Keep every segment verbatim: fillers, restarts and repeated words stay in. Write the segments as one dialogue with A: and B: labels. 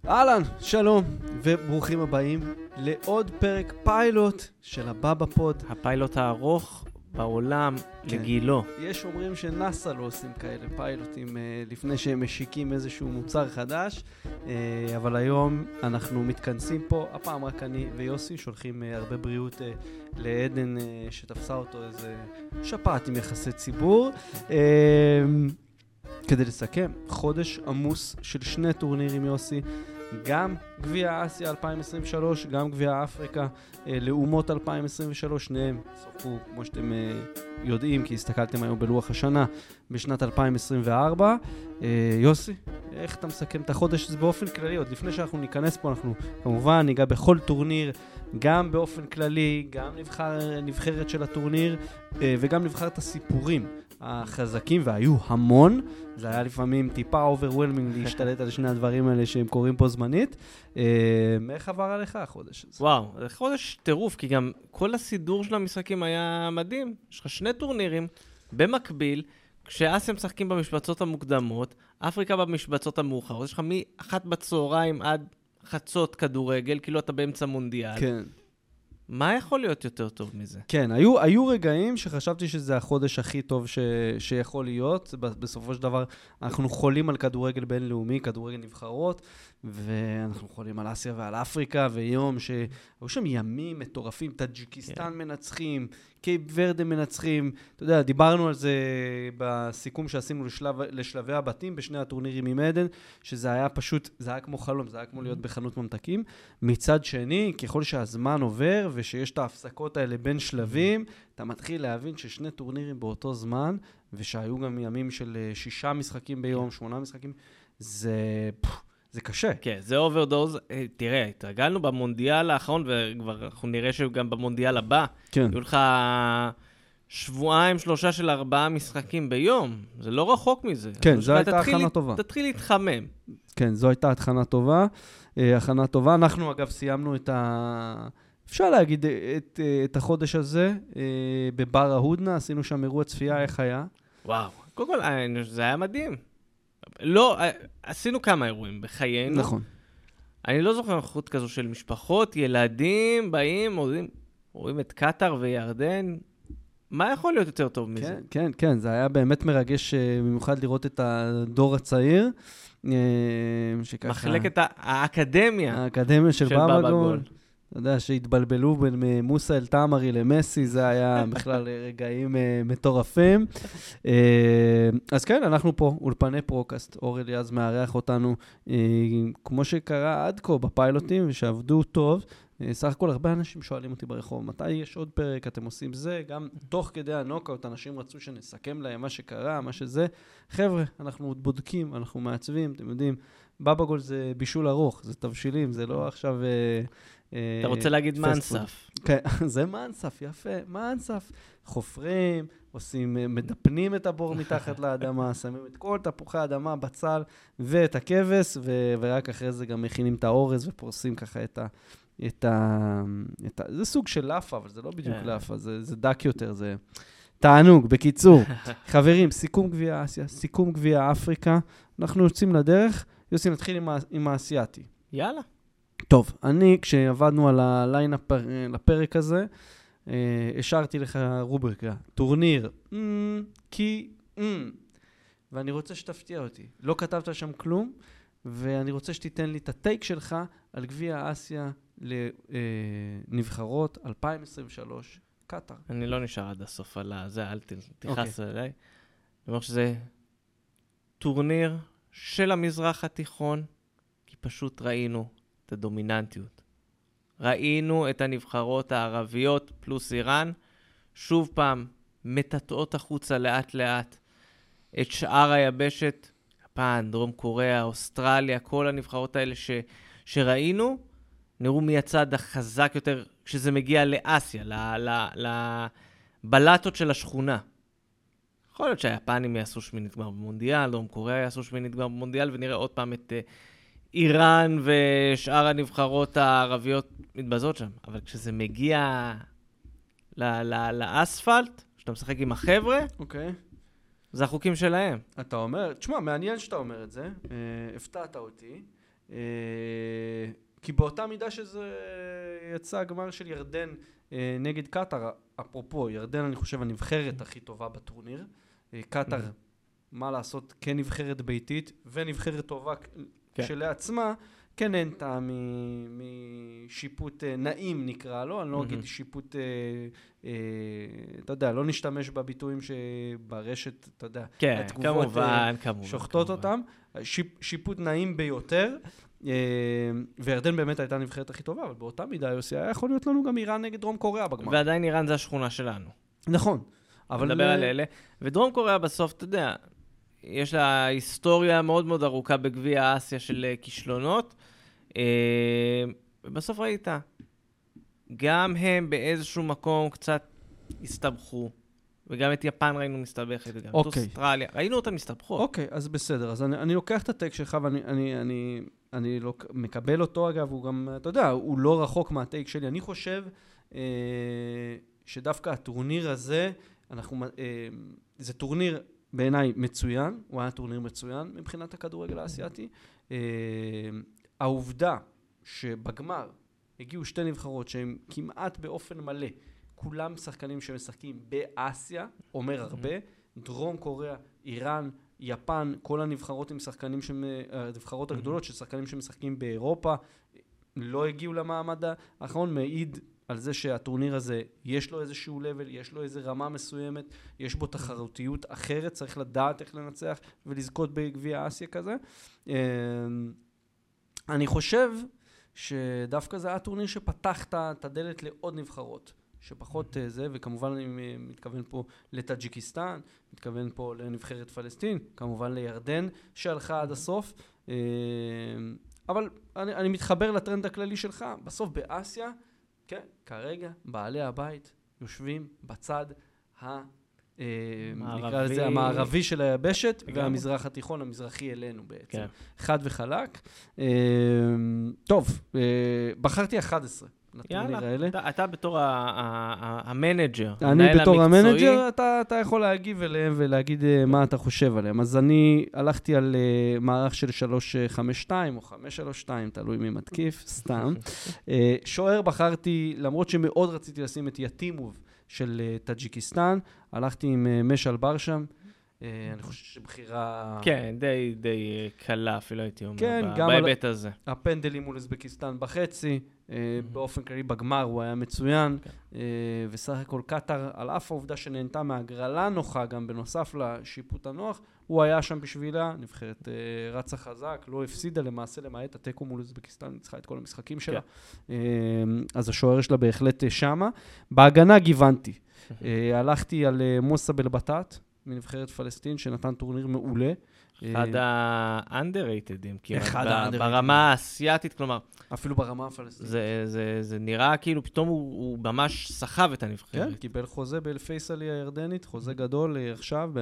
A: אהלן, שלום, וברוכים הבאים לעוד פרק פיילוט של הבאבא פוד.
B: הפיילוט הארוך בעולם כן. לגילו.
A: יש אומרים שנאסא לא עושים כאלה פיילוטים אה, לפני שהם משיקים איזשהו מוצר חדש, אה, אבל היום אנחנו מתכנסים פה, הפעם רק אני ויוסי, שולחים אה, הרבה בריאות אה, לעדן אה, שתפסה אותו איזה שפעת עם יחסי ציבור. אה, כדי לסכם, חודש עמוס של שני טורנירים יוסי, גם גביע אסיה אלפיים עשרים ושלוש, גם גביע אפריקה אה, לאומות אלפיים עשרים ושלוש, שניהם סופו, כמו שאתם אה, יודעים, כי הסתכלתם היום בלוח השנה, בשנת אלפיים עשרים וארבע. אה, יוסי, איך אתה מסכם את החודש הזה באופן כללי? עוד לפני שאנחנו ניכנס פה, אנחנו כמובן ניגע בכל טורניר, גם באופן כללי, גם נבחר, נבחרת של הטורניר, אה, וגם נבחר את הסיפורים החזקים, והיו המון. זה היה לפעמים טיפה אוברוולמינג להשתלט על שני הדברים האלה שהם קוראים פה זמנית. איך עבר עליך החודש הזה?
B: וואו, זה חודש טירוף, כי גם כל הסידור של המשחקים היה מדהים. יש לך שני טורנירים במקביל, כשאסיה משחקים במשבצות המוקדמות, אפריקה במשבצות המאוחרות. יש לך מאחת בצהריים עד חצות כדורגל, כאילו אתה באמצע מונדיאל.
A: כן.
B: מה יכול להיות יותר טוב מזה?
A: כן, היו, היו רגעים שחשבתי שזה החודש הכי טוב ש, שיכול להיות. בסופו של דבר, אנחנו חולים על כדורגל בינלאומי, כדורגל נבחרות, ואנחנו חולים על אסיה ועל אפריקה, ויום שהיו שם ימים מטורפים, טאג'יקיסטן מנצחים, קייפ ורדה מנצחים. אתה יודע, דיברנו על זה בסיכום שעשינו לשלב, לשלבי הבתים בשני הטורנירים עם עדן, שזה היה פשוט, זה היה כמו חלום, זה היה כמו להיות בחנות ממתקים. מצד שני, ככל שהזמן עובר ושיש את ההפסקות האלה בין שלבים, אתה מתחיל להבין ששני טורנירים באותו זמן, ושהיו גם ימים של שישה משחקים ביום, שמונה משחקים, זה... זה קשה.
B: כן, זה אוברדוז. תראה, התרגלנו במונדיאל האחרון, וכבר אנחנו נראה שגם במונדיאל הבא,
A: כן.
B: יהיו לך שבועיים, שלושה של ארבעה משחקים ביום. זה לא רחוק מזה.
A: כן, זו הייתה הכנה טובה.
B: תתחיל להתחמם.
A: כן, זו הייתה הכנה טובה. הכנה טובה. אנחנו אגב סיימנו את ה... אפשר להגיד את, את החודש הזה בבר ההודנה, עשינו שם אירוע צפייה, איך היה?
B: וואו, קודם כל, זה היה מדהים. לא, עשינו כמה אירועים בחיינו.
A: נכון.
B: אני לא זוכר נוכחות כזו של משפחות, ילדים, באים, רואים, רואים את קטר וירדן. מה יכול להיות יותר טוב מזה?
A: כן, כן, כן. זה היה באמת מרגש במיוחד לראות את הדור הצעיר.
B: שככה... מחלקת האקדמיה.
A: האקדמיה של בבא גול. אתה יודע, שהתבלבלו בין מוסא אל תמרי למסי, זה היה בכלל רגעים מטורפים. אז כן, אנחנו פה, אולפני פרוקאסט, אור אליעז מארח אותנו, כמו שקרה עד כה בפיילוטים, ושעבדו טוב. סך הכל הרבה אנשים שואלים אותי ברחוב, מתי יש עוד פרק, אתם עושים זה? גם תוך כדי הנוקאוט, אנשים רצו שנסכם להם מה שקרה, מה שזה. חבר'ה, אנחנו עוד בודקים, אנחנו מעצבים, אתם יודעים, בבא גול זה בישול ארוך, זה תבשילים, זה לא עכשיו...
B: אתה רוצה להגיד מאנסף.
A: כן, זה מאנסף, יפה, מאנסף. חופרים, עושים, מדפנים את הבור מתחת לאדמה, שמים את כל תפוחי האדמה בצל ואת הכבש, ו- ורק אחרי זה גם מכינים את האורז ופורסים ככה את ה... את ה... את ה... זה סוג של לאפה, אבל זה לא בדיוק לאפה, זה, זה דק יותר, זה תענוג. בקיצור, חברים, סיכום גביע אסיה, סיכום גביע אפריקה, אנחנו יוצאים לדרך. יוסי, נתחיל עם, ה... עם האסייתי.
B: יאללה.
A: טוב, אני, כשעבדנו על הליינאפ לפרק הזה, אה, השארתי לך רובריקה, טורניר, mm, כי, mm, ואני רוצה שתפתיע אותי. לא כתבת שם כלום, ואני רוצה שתיתן לי את הטייק שלך על גביע אסיה לנבחרות אלפיים עשרים ושלוש, קטר.
B: אני לא נשאר עד הסוף על זה, אל תכעס עליי. אני אומר שזה טורניר של המזרח התיכון, כי פשוט ראינו את הדומיננטיות. ראינו את הנבחרות הערביות פלוס איראן, שוב פעם מטטאות החוצה לאט לאט את שאר היבשת, יפן, דרום קוריאה, אוסטרליה, כל הנבחרות האלה ש, שראינו, נראו מהצד החזק יותר כשזה מגיע לאסיה, לבלטות של השכונה. יכול להיות שהיפנים יעשו שמינית גמר במונדיאל, דרום קוריאה יעשו שמינית גמר במונדיאל, ונראה עוד פעם את איראן ושאר הנבחרות הערביות מתבזות שם. אבל כשזה מגיע לאספלט, שאתה משחק עם החבר'ה,
A: אוקיי.
B: זה החוקים שלהם.
A: אתה אומר, תשמע, מעניין שאתה אומר את זה, הפתעת אותי. כי באותה מידה שזה יצא הגמר של ירדן נגד קטר, אפרופו, ירדן אני חושב הנבחרת הכי טובה בטורניר, קטר, מה לעשות, כן נבחרת ביתית ונבחרת טובה שלעצמה, כן נהנתה משיפוט נעים נקרא לו, אני לא אגיד שיפוט, אתה יודע, לא נשתמש בביטויים שברשת, אתה יודע, התגובות שוחטות אותם, שיפוט נעים ביותר, וירדן באמת הייתה הנבחרת הכי טובה, אבל באותה מידה יוסי, היה יכול להיות לנו גם איראן נגד דרום קוריאה בגמר.
B: ועדיין איראן זה השכונה שלנו.
A: נכון. אבל
B: נדבר על אלה, ודרום קוריאה בסוף, אתה יודע, יש לה היסטוריה מאוד מאוד ארוכה בגביע אסיה של כישלונות, ובסוף ראית, גם הם באיזשהו מקום קצת הסתבכו, וגם את יפן ראינו מסתבכת, וגם את אוסטרליה, ראינו אותם מסתבכות.
A: אוקיי, אז בסדר, אז אני, אני לוקח את הטק שלך, ואני אני, אני, אני לא, מקבל אותו אגב, הוא גם, אתה יודע, הוא לא רחוק מהטייק שלי, אני חושב אה, שדווקא הטורניר הזה, אנחנו, אה, זה טורניר בעיניי מצוין, הוא היה טורניר מצוין מבחינת הכדורגל האסייתי. אה, העובדה שבגמר הגיעו שתי נבחרות שהם כמעט באופן מלא, כולם שחקנים שמשחקים באסיה, אומר הרבה, דרום קוריאה, איראן, יפן, כל הנבחרות עם שחקנים, הנבחרות הגדולות של שחקנים שמשחקים באירופה, לא הגיעו למעמד האחרון, מעיד על זה שהטורניר הזה יש לו איזשהו לבל, יש לו איזו רמה מסוימת, יש בו תחרותיות אחרת, צריך לדעת איך לנצח ולזכות בגביע אסיה כזה. אני חושב שדווקא זה היה טורניר שפתח את הדלת לעוד נבחרות, שפחות זה, וכמובן אני מתכוון פה לטאג'יקיסטן, מתכוון פה לנבחרת פלסטין, כמובן לירדן שהלכה עד הסוף, אבל אני, אני מתחבר לטרנד הכללי שלך, בסוף באסיה, כן, כרגע בעלי הבית יושבים בצד ה... נקרא לזה המערבי של היבשת, והמזרח התיכון, המזרחי אלינו בעצם. חד וחלק. טוב, בחרתי אחת עשרה.
B: יאללה, אתה בתור המנג'ר,
A: אני בתור המנג'ר, אתה יכול להגיב אליהם ולהגיד מה אתה חושב עליהם. אז אני הלכתי על מערך של שלוש חמש שתיים או חמש שלוש שתיים, תלוי מי מתקיף, סתם. שוער בחרתי, למרות שמאוד רציתי לשים את יתימוב של טאג'יקיסטן, הלכתי עם משל ברשם, אני חושב שבחירה...
B: כן, די, די קלה, אפילו הייתי אומר, בהיבט הזה.
A: הפנדלים מול אוזבקיסטן בחצי, באופן כללי בגמר הוא היה מצוין, וסך הכל קטר, על אף העובדה שנהנתה מהגרלה נוחה, גם בנוסף לשיפוט הנוח, הוא היה שם בשבילה, נבחרת רצה חזק, לא הפסידה למעשה למעט התיקו מול אוזבקיסטן, ניצחה את כל המשחקים שלה, אז השוער שלה בהחלט שמה. בהגנה גיוונתי, הלכתי על מוסא בלבטט, מנבחרת פלסטין, שנתן טורניר מעולה.
B: אחד ה-underratedים, כמעט, ברמה האסייתית, כלומר...
A: אפילו ברמה הפלסטינית.
B: זה נראה כאילו פתאום הוא ממש סחב את הנבחרת.
A: כן, קיבל חוזה באל-פייסלי הירדנית, חוזה גדול עכשיו,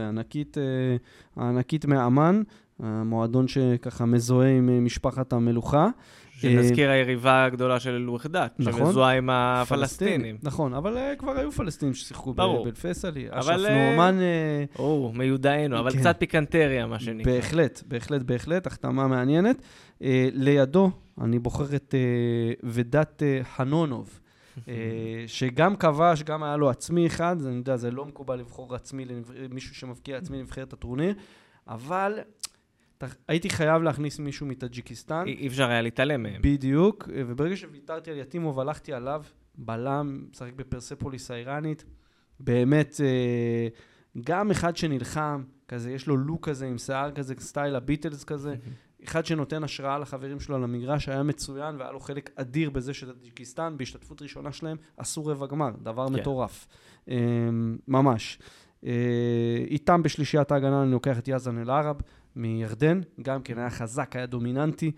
A: הענקית מאמן, המועדון שככה מזוהה עם משפחת המלוכה.
B: שנזכיר היריבה הגדולה של אלווחדת, שמזוהה עם הפלסטינים.
A: נכון, אבל כבר היו פלסטינים ששיחקו באל-פייסלי. אשרף נורמן...
B: או, מיודענו, אבל קצת פיקנטריה, מה שנקרא.
A: בהחלט, בהחלט, בהחלט, החתמה מעניינת. לידו, אני בוחר את ודת חנונוב, שגם כבש, גם היה לו עצמי אחד, אני יודע, זה לא מקובל לבחור עצמי, מישהו שמבקיע עצמי לבחרת הטורניר, אבל... הייתי חייב להכניס מישהו מטאג'יקיסטן.
B: אי אפשר היה להתעלם מהם.
A: בדיוק, וברגע שוויתרתי על יתימוב, הלכתי עליו, בלם, משחק בפרספוליס האיראנית, באמת, גם אחד שנלחם, כזה, יש לו לוק כזה, עם שיער כזה, סטייל הביטלס כזה, אחד שנותן השראה לחברים שלו על המגרש, היה מצוין, והיה לו חלק אדיר בזה שטאג'יקיסטן, בהשתתפות ראשונה שלהם, עשו רבע גמר, דבר מטורף. ממש. איתם בשלישיית ההגנה, אני לוקח את יזן אל-ערב, מירדן, גם כן היה חזק, היה דומיננטי,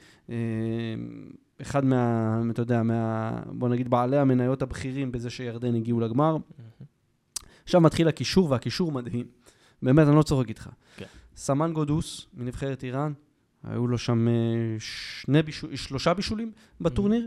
A: אחד מה, אתה יודע, מה, בוא נגיד, בעלי המניות הבכירים בזה שירדן הגיעו לגמר. עכשיו מתחיל הקישור, והקישור מדהים. באמת, אני לא צוחק איתך. סמן גודוס, מנבחרת איראן, היו לו שם שני בישול, שלושה בישולים בטורניר.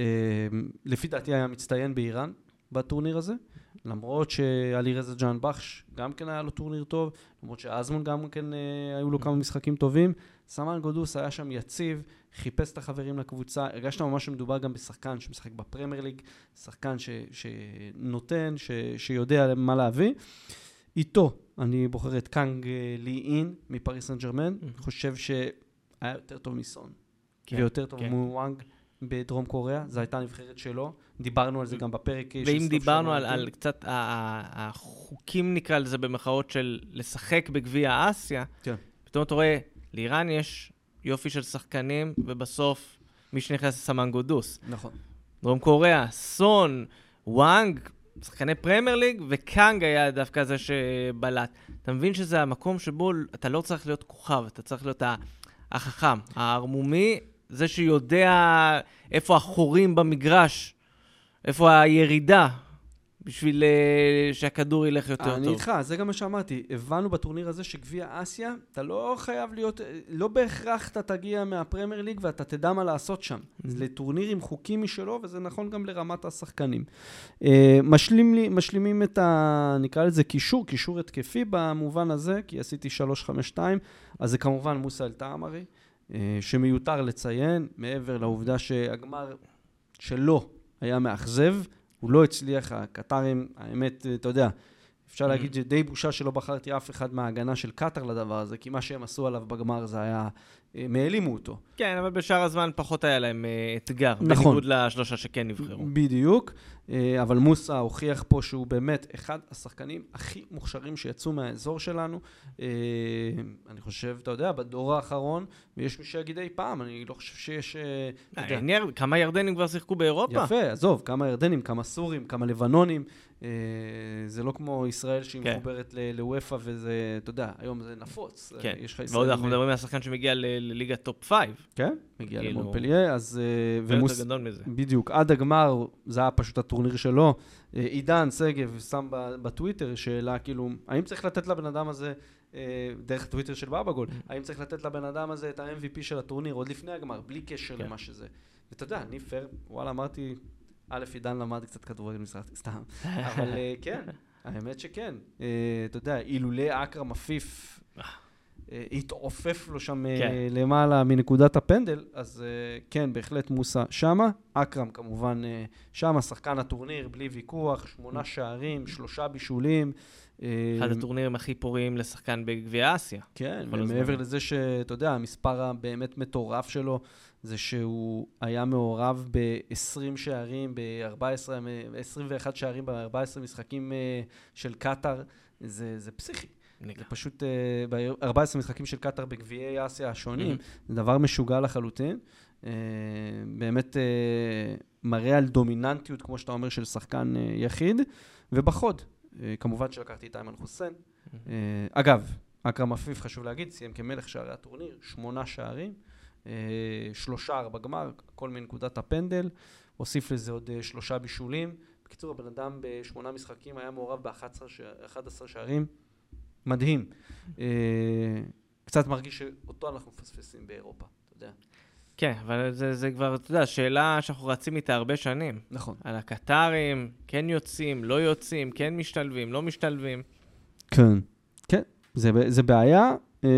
A: לפי דעתי היה מצטיין באיראן בטורניר הזה. למרות שעלי רזה ג'אן בחש גם כן היה לו טורניר טוב, למרות שאזמון גם כן היו לו כמה משחקים טובים, סמן גודוס היה שם יציב, חיפש את החברים לקבוצה, הרגשת ממש שמדובר גם בשחקן שמשחק בפרמייר ליג, שחקן ש, שנותן, ש, שיודע מה להביא. איתו אני בוחר את קאנג לי אין מפריס סן ז'רמן, mm-hmm. חושב שהיה יותר טוב מסון, כן, ויותר טוב כן. מוואנג בדרום קוריאה, זו הייתה נבחרת שלו, דיברנו על זה גם בפרק.
B: ואם דיברנו על, על קצת החוקים נקרא לזה במחאות של לשחק בגביע אסיה, כן. פתאום אתה רואה, לאיראן יש יופי של שחקנים, ובסוף מי שנכנס לסמן גודוס.
A: נכון.
B: דרום קוריאה, סון, וואנג, שחקני פרמייר ליג, וקאנג היה דווקא זה שבלט. אתה מבין שזה המקום שבו אתה לא צריך להיות כוכב, אתה צריך להיות החכם, הערמומי, זה שיודע איפה החורים במגרש, איפה הירידה, בשביל uh, שהכדור ילך יותר
A: אני
B: טוב.
A: אני איתך, זה גם מה שאמרתי. הבנו בטורניר הזה שגביע אסיה, אתה לא חייב להיות, לא בהכרח אתה תגיע מהפרמייר ליג ואתה תדע מה לעשות שם. Mm-hmm. זה לטורניר עם חוקים משלו, וזה נכון גם לרמת השחקנים. Uh, משלים לי, משלימים את ה... נקרא לזה קישור, קישור התקפי במובן הזה, כי עשיתי שלוש חמש שתיים, אז זה כמובן מוסא אל-תעמרי, uh, שמיותר לציין, מעבר לעובדה שהגמר שלו היה מאכזב, הוא לא הצליח, הקטרים, האמת, אתה יודע, אפשר להגיד שדי בושה שלא בחרתי אף אחד מההגנה של קטר לדבר הזה, כי מה שהם עשו עליו בגמר זה היה, מעלימו אותו.
B: כן, אבל בשאר הזמן פחות היה להם אתגר, נכון. בניגוד לשלושה שכן נבחרו.
A: בדיוק, אבל מוסא הוכיח פה שהוא באמת אחד השחקנים הכי מוכשרים שיצאו מהאזור שלנו. אני חושב, אתה יודע, בדור האחרון, ויש מי שיגיד אי פעם, אני לא חושב שיש...
B: כמה ירדנים כבר שיחקו באירופה?
A: יפה, עזוב, כמה ירדנים, כמה סורים, כמה לבנונים. זה לא כמו ישראל שהיא מחוברת לוופא, וזה, אתה יודע, היום זה נפוץ.
B: כן, ועוד אנחנו מדברים על שחקן שמגיע לליגת טופ פייב.
A: כן, מגיע למונפליה, אז...
B: ויותר גדול מזה.
A: בדיוק, עד הגמר, זה היה פשוט הטורניר שלו. עידן סגב שם בטוויטר שאלה, כאילו, האם צריך לתת לבן אדם הזה, דרך הטוויטר של בבגול, האם צריך לתת לבן אדם הזה את ה-אם וי פי של הטורניר, עוד לפני הגמר, בלי קשר למה שזה. ואתה יודע, אני פר, וואלה, אמרתי, א', עידן למד קצת כדורגל משחק, סתם. אבל כן, האמת שכן. אתה יודע, אילולי אכרם עפיף, התעופף לו שם למעלה מנקודת הפנדל, אז כן, בהחלט מוסא שמה. אכרם כמובן שמה, שחקן הטורניר, בלי ויכוח, שמונה שערים, שלושה בישולים.
B: אחד הטורנירים הכי פוריים לשחקן בגביע אסיה.
A: כן, ומעבר לזה שאתה יודע, המספר הבאמת מטורף שלו, זה שהוא היה מעורב ב-עשרים שערים, ב-ארבע עשרה, עשרים ואחד שערים ב-ארבע עשרה משחקים של קטר, זה, זה פסיכי. זה פשוט, ב-ארבע עשרה משחקים של קטר בגביעי אסיה השונים, זה דבר משוגע לחלוטין. באמת מראה על דומיננטיות, כמו שאתה אומר, של שחקן יחיד, ובחוד. כמובן שלקחתי את איימן חוסיין. אגב, אכרם עפיף, חשוב להגיד, סיים כמלך שערי הטורניר, שמונה שערים, שלושה בגמר, כל מנקודת הפנדל, הוסיף לזה עוד שלושה בישולים. בקיצור, הבן אדם בשמונה משחקים היה מעורב ב-אחד עשר שערים, מדהים. קצת מרגיש שאותו אנחנו מפספסים באירופה, אתה יודע.
B: כן, אבל זה, זה כבר, אתה יודע, שאלה שאנחנו רצים איתה הרבה שנים.
A: נכון.
B: על הקטרים, כן יוצאים, לא יוצאים, כן משתלבים, לא משתלבים.
A: כן, כן, זה, זה בעיה.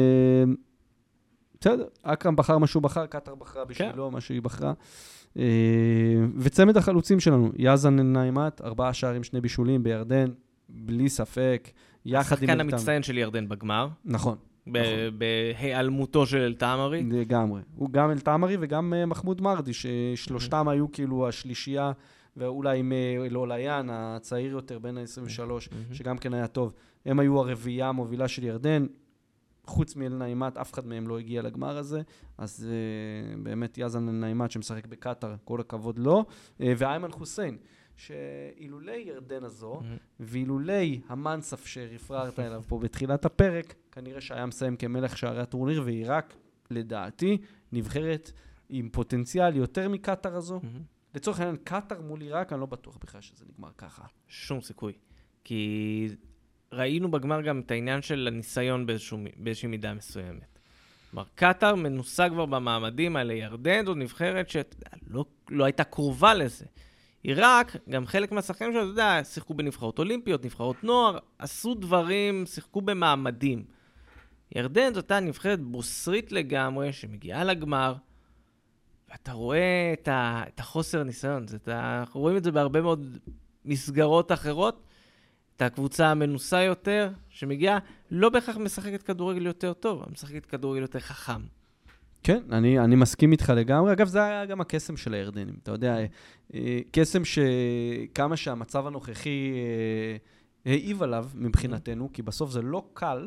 A: בסדר, אכרם בחר מה שהוא בחר, קטר בחרה בשבילו, מה שהיא בחרה. וצמד החלוצים שלנו, יאזן נעימת, ארבעה שערים, שני בישולים בירדן, בלי ספק, יחד עם...
B: השחקן המצטיין של ירדן בגמר.
A: נכון.
B: בהיעלמותו של אל-תעמרי.
A: לגמרי. הוא גם אל-תעמרי וגם מחמוד מרדי, ששלושתם היו כאילו השלישייה, ואולי עם אלאוליין, הצעיר יותר, בין ה-עשרים ושלוש, שגם כן היה טוב. הם היו הרביעייה המובילה של ירדן, חוץ מאל-נעימת, אף אחד מהם לא הגיע לגמר הזה, אז uh, באמת יאזן אל-נעימת שמשחק בקטר, כל הכבוד לו, uh, ואיימן חוסיין, שאילולי ירדן הזו, mm-hmm. ואילולי המנסף שרפררת אליו פה בתחילת הפרק, כנראה שהיה מסיים כמלך שערי הטורניר, והיא רק, לדעתי, נבחרת עם פוטנציאל יותר מקטר הזו. Mm-hmm. לצורך העניין, קטר מול עיראק, אני לא בטוח בכלל שזה נגמר ככה.
B: שום סיכוי. כי ראינו בגמר גם את העניין של הניסיון באיזשהו, באיזושהי מידה מסוימת. כלומר, קטר מנוסה כבר במעמדים האלה, ירדן זו נבחרת שלא לא הייתה קרובה לזה. עיראק, גם חלק מהשחקנים שלו, אתה יודע, שיחקו בנבחרות אולימפיות, נבחרות נוער, עשו דברים, שיחקו במעמדים. ירדן זאת הייתה נבחרת בוסרית לגמרי, שמגיעה לגמר, ואתה רואה את, ה, את החוסר ניסיון. זה, אתה, אנחנו רואים את זה בהרבה מאוד מסגרות אחרות, את הקבוצה המנוסה יותר, שמגיעה, לא בהכרח משחקת כדורגל יותר טוב, אבל משחקת כדורגל יותר חכם.
A: כן, אני, אני מסכים איתך לגמרי. אגב, זה היה גם הקסם של הירדנים. אתה יודע, קסם שכמה שהמצב הנוכחי העיב עליו מבחינתנו, כי בסוף זה לא קל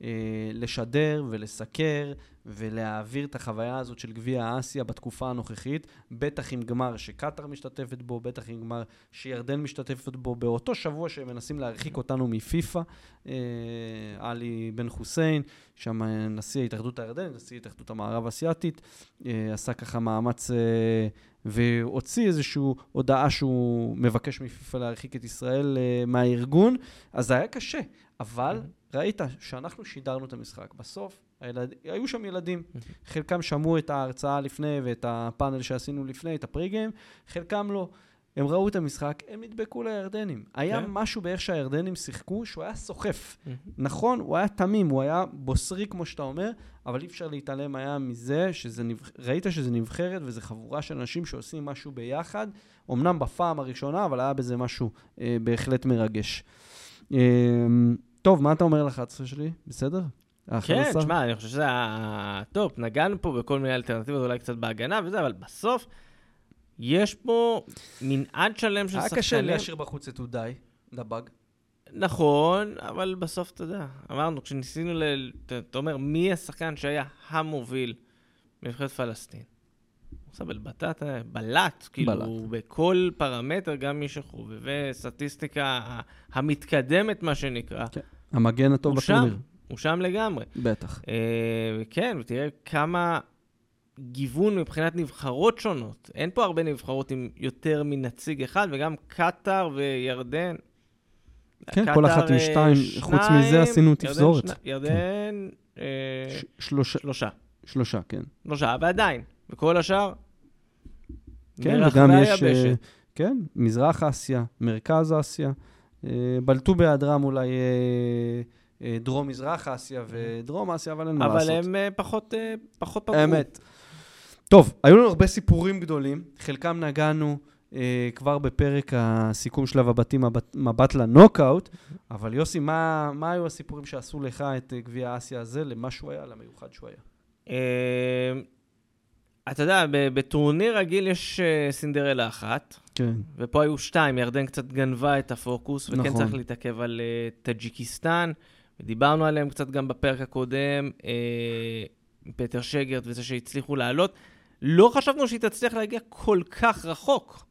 A: לשדר ולסקר ולהעביר את החוויה הזאת של גביע אסיה בתקופה הנוכחית, בטח עם גמר שקטר משתתפת בו, בטח עם גמר שירדן משתתפת בו, באותו שבוע שהם מנסים להרחיק אותנו מפיפה, עלי בן חוסיין, שם נשיא ההתאחדות הירדנית, נשיא ההתאחדות המערב אסיאתית, עשה ככה מאמץ והוציא איזושהי הודעה שהוא מבקש מפיפה להרחיק את ישראל מהארגון, אז זה היה קשה, אבל ראית שאנחנו שידרנו את המשחק. בסוף, הילד... היו שם ילדים. חלקם שמעו את ההרצאה לפני ואת הפאנל שעשינו לפני, את הפריגיים, חלקם לא. הם ראו את המשחק, הם נדבקו לירדנים. היה משהו באיך שהירדנים שיחקו, שהוא היה סוחף. נכון, הוא היה תמים, הוא היה בוסרי, כמו שאתה אומר, אבל אי אפשר להתעלם היה מזה, שזה נבח... ראית שזה נבחרת, וזה חבורה של אנשים שעושים משהו ביחד, אמנם בפעם הראשונה, אבל היה בזה משהו אה, בהחלט מרגש. אה, טוב, מה אתה אומר לך, הצעה שלי? בסדר?
B: כן, תשמע, אני חושב שזה הטופ. נגענו פה בכל מיני אלטרנטיבות, אולי קצת בהגנה וזה, אבל בסוף יש פה מנעד שלם של שחקנים.
A: היה קשה להשאיר בחוץ את אודי, דבג.
B: נכון, אבל בסוף אתה יודע, אמרנו, כשניסינו, ל... אתה אומר, מי השחקן שהיה המוביל בנבחרת פלסטין? הוא עושה בלבטת, בלט, כאילו, בכל פרמטר, גם מי שחובבי סטטיסטיקה המתקדמת, מה שנקרא.
A: כן, המגן הטוב בטורניר.
B: הוא שם לגמרי.
A: בטח.
B: אה, כן, ותראה כמה גיוון מבחינת נבחרות שונות. אין פה הרבה נבחרות עם יותר מנציג אחד, וגם קטר וירדן.
A: כן, כל אחת עם שתיים. חוץ מזה עשינו תפזורת.
B: ירדן,
A: שלושה.
B: שלושה.
A: שלושה, כן.
B: שלושה, ועדיין. וכל השאר,
A: כן, וגם יש, כן, מזרח אסיה, מרכז אסיה. בלטו בהיעדרם אולי דרום מזרח אסיה ודרום אסיה, אבל אין מה לעשות.
B: אבל הם פחות, פחות פגעו.
A: אמת. טוב, היו לנו הרבה סיפורים גדולים, חלקם נגענו כבר בפרק הסיכום שלב הבתים, מבט לנוקאוט, אבל יוסי, מה, מה היו הסיפורים שעשו לך את גביע אסיה הזה, למה שהוא היה, למיוחד שהוא היה?
B: אתה יודע, בטורניר רגיל יש סינדרלה אחת,
A: כן.
B: ופה היו שתיים, ירדן קצת גנבה את הפוקוס, וכן
A: נכון.
B: צריך להתעכב על טאג'יקיסטן, ודיברנו עליהם קצת גם בפרק הקודם, פטר שגרט וזה שהצליחו לעלות. לא חשבנו שהיא תצליח להגיע כל כך רחוק.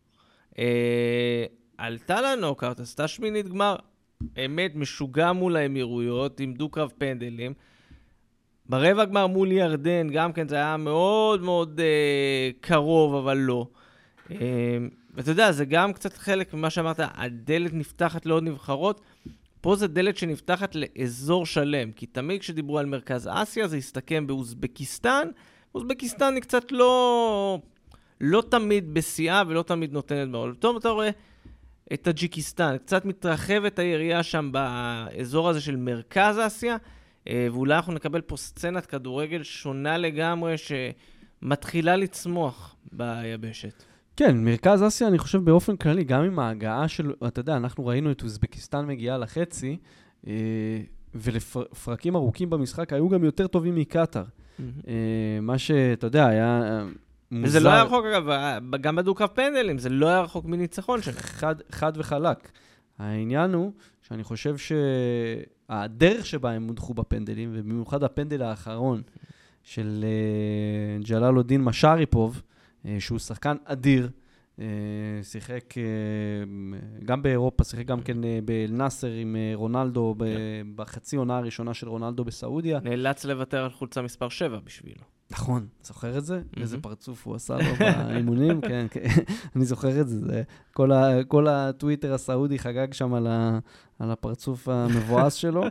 B: עלתה לנוקאוט, עשתה שמינית גמר, אמת משוגע מול האמירויות, עם דו-קרב פנדלים, ברבע גמר מול ירדן, גם כן זה היה מאוד מאוד אה, קרוב, אבל לא. אה, ואתה יודע, זה גם קצת חלק ממה שאמרת, הדלת נפתחת לעוד נבחרות, פה זה דלת שנפתחת לאזור שלם, כי תמיד כשדיברו על מרכז אסיה, זה הסתכם באוזבקיסטן, אוזבקיסטן היא קצת לא, לא תמיד בשיאה ולא תמיד נותנת בעול. טוב, אתה רואה את טאג'יקיסטן, קצת מתרחבת היריעה שם באזור הזה של מרכז אסיה, ואולי אנחנו נקבל פה סצנת כדורגל שונה לגמרי שמתחילה לצמוח ביבשת.
A: כן, מרכז אסיה אני חושב באופן כללי, גם עם ההגעה של, אתה יודע, אנחנו ראינו את אוזבקיסטן מגיעה לחצי, ולפרקים ארוכים במשחק היו גם יותר טובים מקטר. מה שאתה יודע, היה מוזר.
B: וזה לא היה רחוק אגב, גם בדו-קרב פנדלים, זה לא היה רחוק מניצחון שם.
A: חד, חד וחלק. העניין הוא שאני חושב שהדרך שבה הם מודחו בפנדלים, ובמיוחד הפנדל האחרון של uh, ג'לאלודין משאריפוב, uh, שהוא שחקן אדיר, uh, שיחק uh, גם באירופה, שיחק גם כן uh, באל-נאסר עם uh, רונלדו, ב- בחצי עונה הראשונה של רונלדו בסעודיה.
B: נאלץ לוותר על חולצה מספר שבע בשבילו.
A: נכון, זוכר את זה? איזה פרצוף הוא עשה לו באימונים? כן, אני זוכר את זה. כל הטוויטר הסעודי חגג שם על הפרצוף המבואס שלו.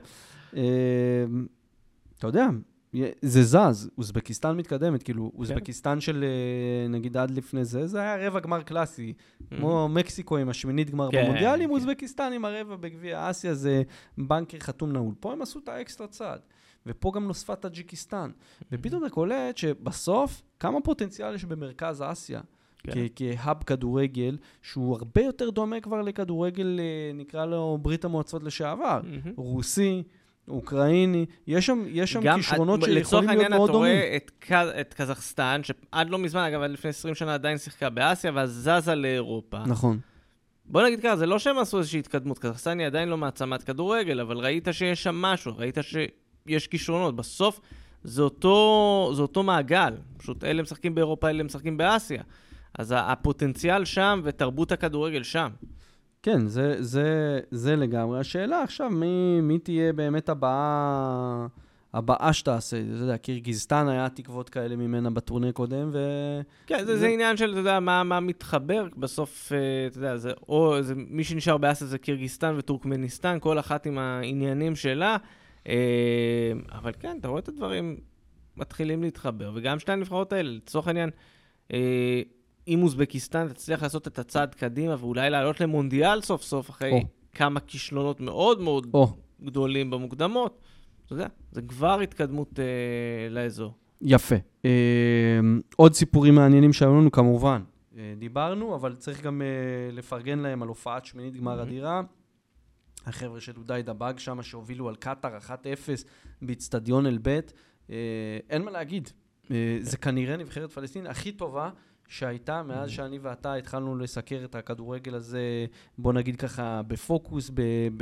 A: אתה יודע, זה זז, אוזבקיסטן מתקדמת, כאילו, אוזבקיסטן של, נגיד עד לפני זה, זה היה רבע גמר קלאסי, כמו מקסיקו עם השמינית גמר במונדיאלים, אוזבקיסטן עם הרבע בגביע אסיה, זה בנקר חתום נעול. פה הם עשו את האקסטרה צעד. ופה גם נוספה טאג'יקיסטן. ופתאום אתה קולט שבסוף, כמה פוטנציאל יש במרכז אסיה, כהאב כדורגל, שהוא הרבה יותר דומה כבר לכדורגל, נקרא לו ברית המועצות לשעבר. רוסי, אוקראיני, יש שם, יש שם כישרונות שיכולים להיות מאוד דומים.
B: לצורך העניין, אתה רואה את קזחסטן, שעד לא מזמן, אגב, עד לפני עשרים שנה עדיין שיחקה באסיה, ואז זזה לאירופה.
A: נכון.
B: בוא נגיד ככה, זה לא שהם עשו איזושהי התקדמות, קזחסטן היא עדיין לא מעצמת כדורגל, אבל ראית שיש שם משהו, ראית שיש כישרונות. בסוף זה אותו, זה אותו מעגל. פשוט אלה משחקים באירופה, אלה משחקים באסיה. אז הפוטנציאל שם ותרבות הכדורגל שם.
A: כן, זה, זה, זה לגמרי. השאלה עכשיו, מי, מי תהיה באמת הבאה, הבאה שתעשה? אתה יודע, קירגיזסטן היה תקוות כאלה ממנה בטורניר קודם, ו...
B: כן, זה, זה עניין של, אתה יודע, מה, מה מתחבר. בסוף, אתה יודע, זה, או זה, מי שנשאר באסיה זה קירגיזסטן וטורקמניסטן, כל אחת עם העניינים שלה. אבל כן, אתה רואה את הדברים מתחילים להתחבר, וגם שתי הנבחרות האלה, לצורך העניין, אם אוזבקיסטן תצליח לעשות את הצעד קדימה, ואולי לעלות למונדיאל סוף סוף, אחרי oh. כמה כישלונות מאוד מאוד oh. גדולים במוקדמות, אתה יודע, זה כבר התקדמות אה, לאזור.
A: יפה. אה, עוד סיפורים מעניינים שהיו לנו כמובן. אה, דיברנו, אבל צריך גם אה, לפרגן להם על הופעת שמינית גמר אדירה. Mm-hmm. החבר'ה של אודאי דבאג שם, שהובילו על קטר אחת אפס באצטדיון אל-בית. אה, אין מה להגיד. אה, זה כנראה נבחרת פלסטין הכי טובה, שהייתה מאז שאני ואתה התחלנו לסקר את הכדורגל הזה, בוא נגיד ככה, בפוקוס, ב... ב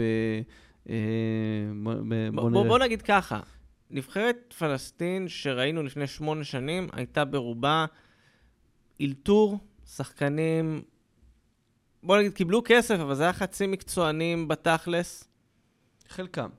B: בוא, בוא, בוא נגיד ככה, נבחרת פלסטין שראינו לפני שמונה שנים, הייתה ברובה אילתור, שחקנים, בוא נגיד, קיבלו כסף, אבל זה היה חצי מקצוענים בתכלס.
A: חלקם.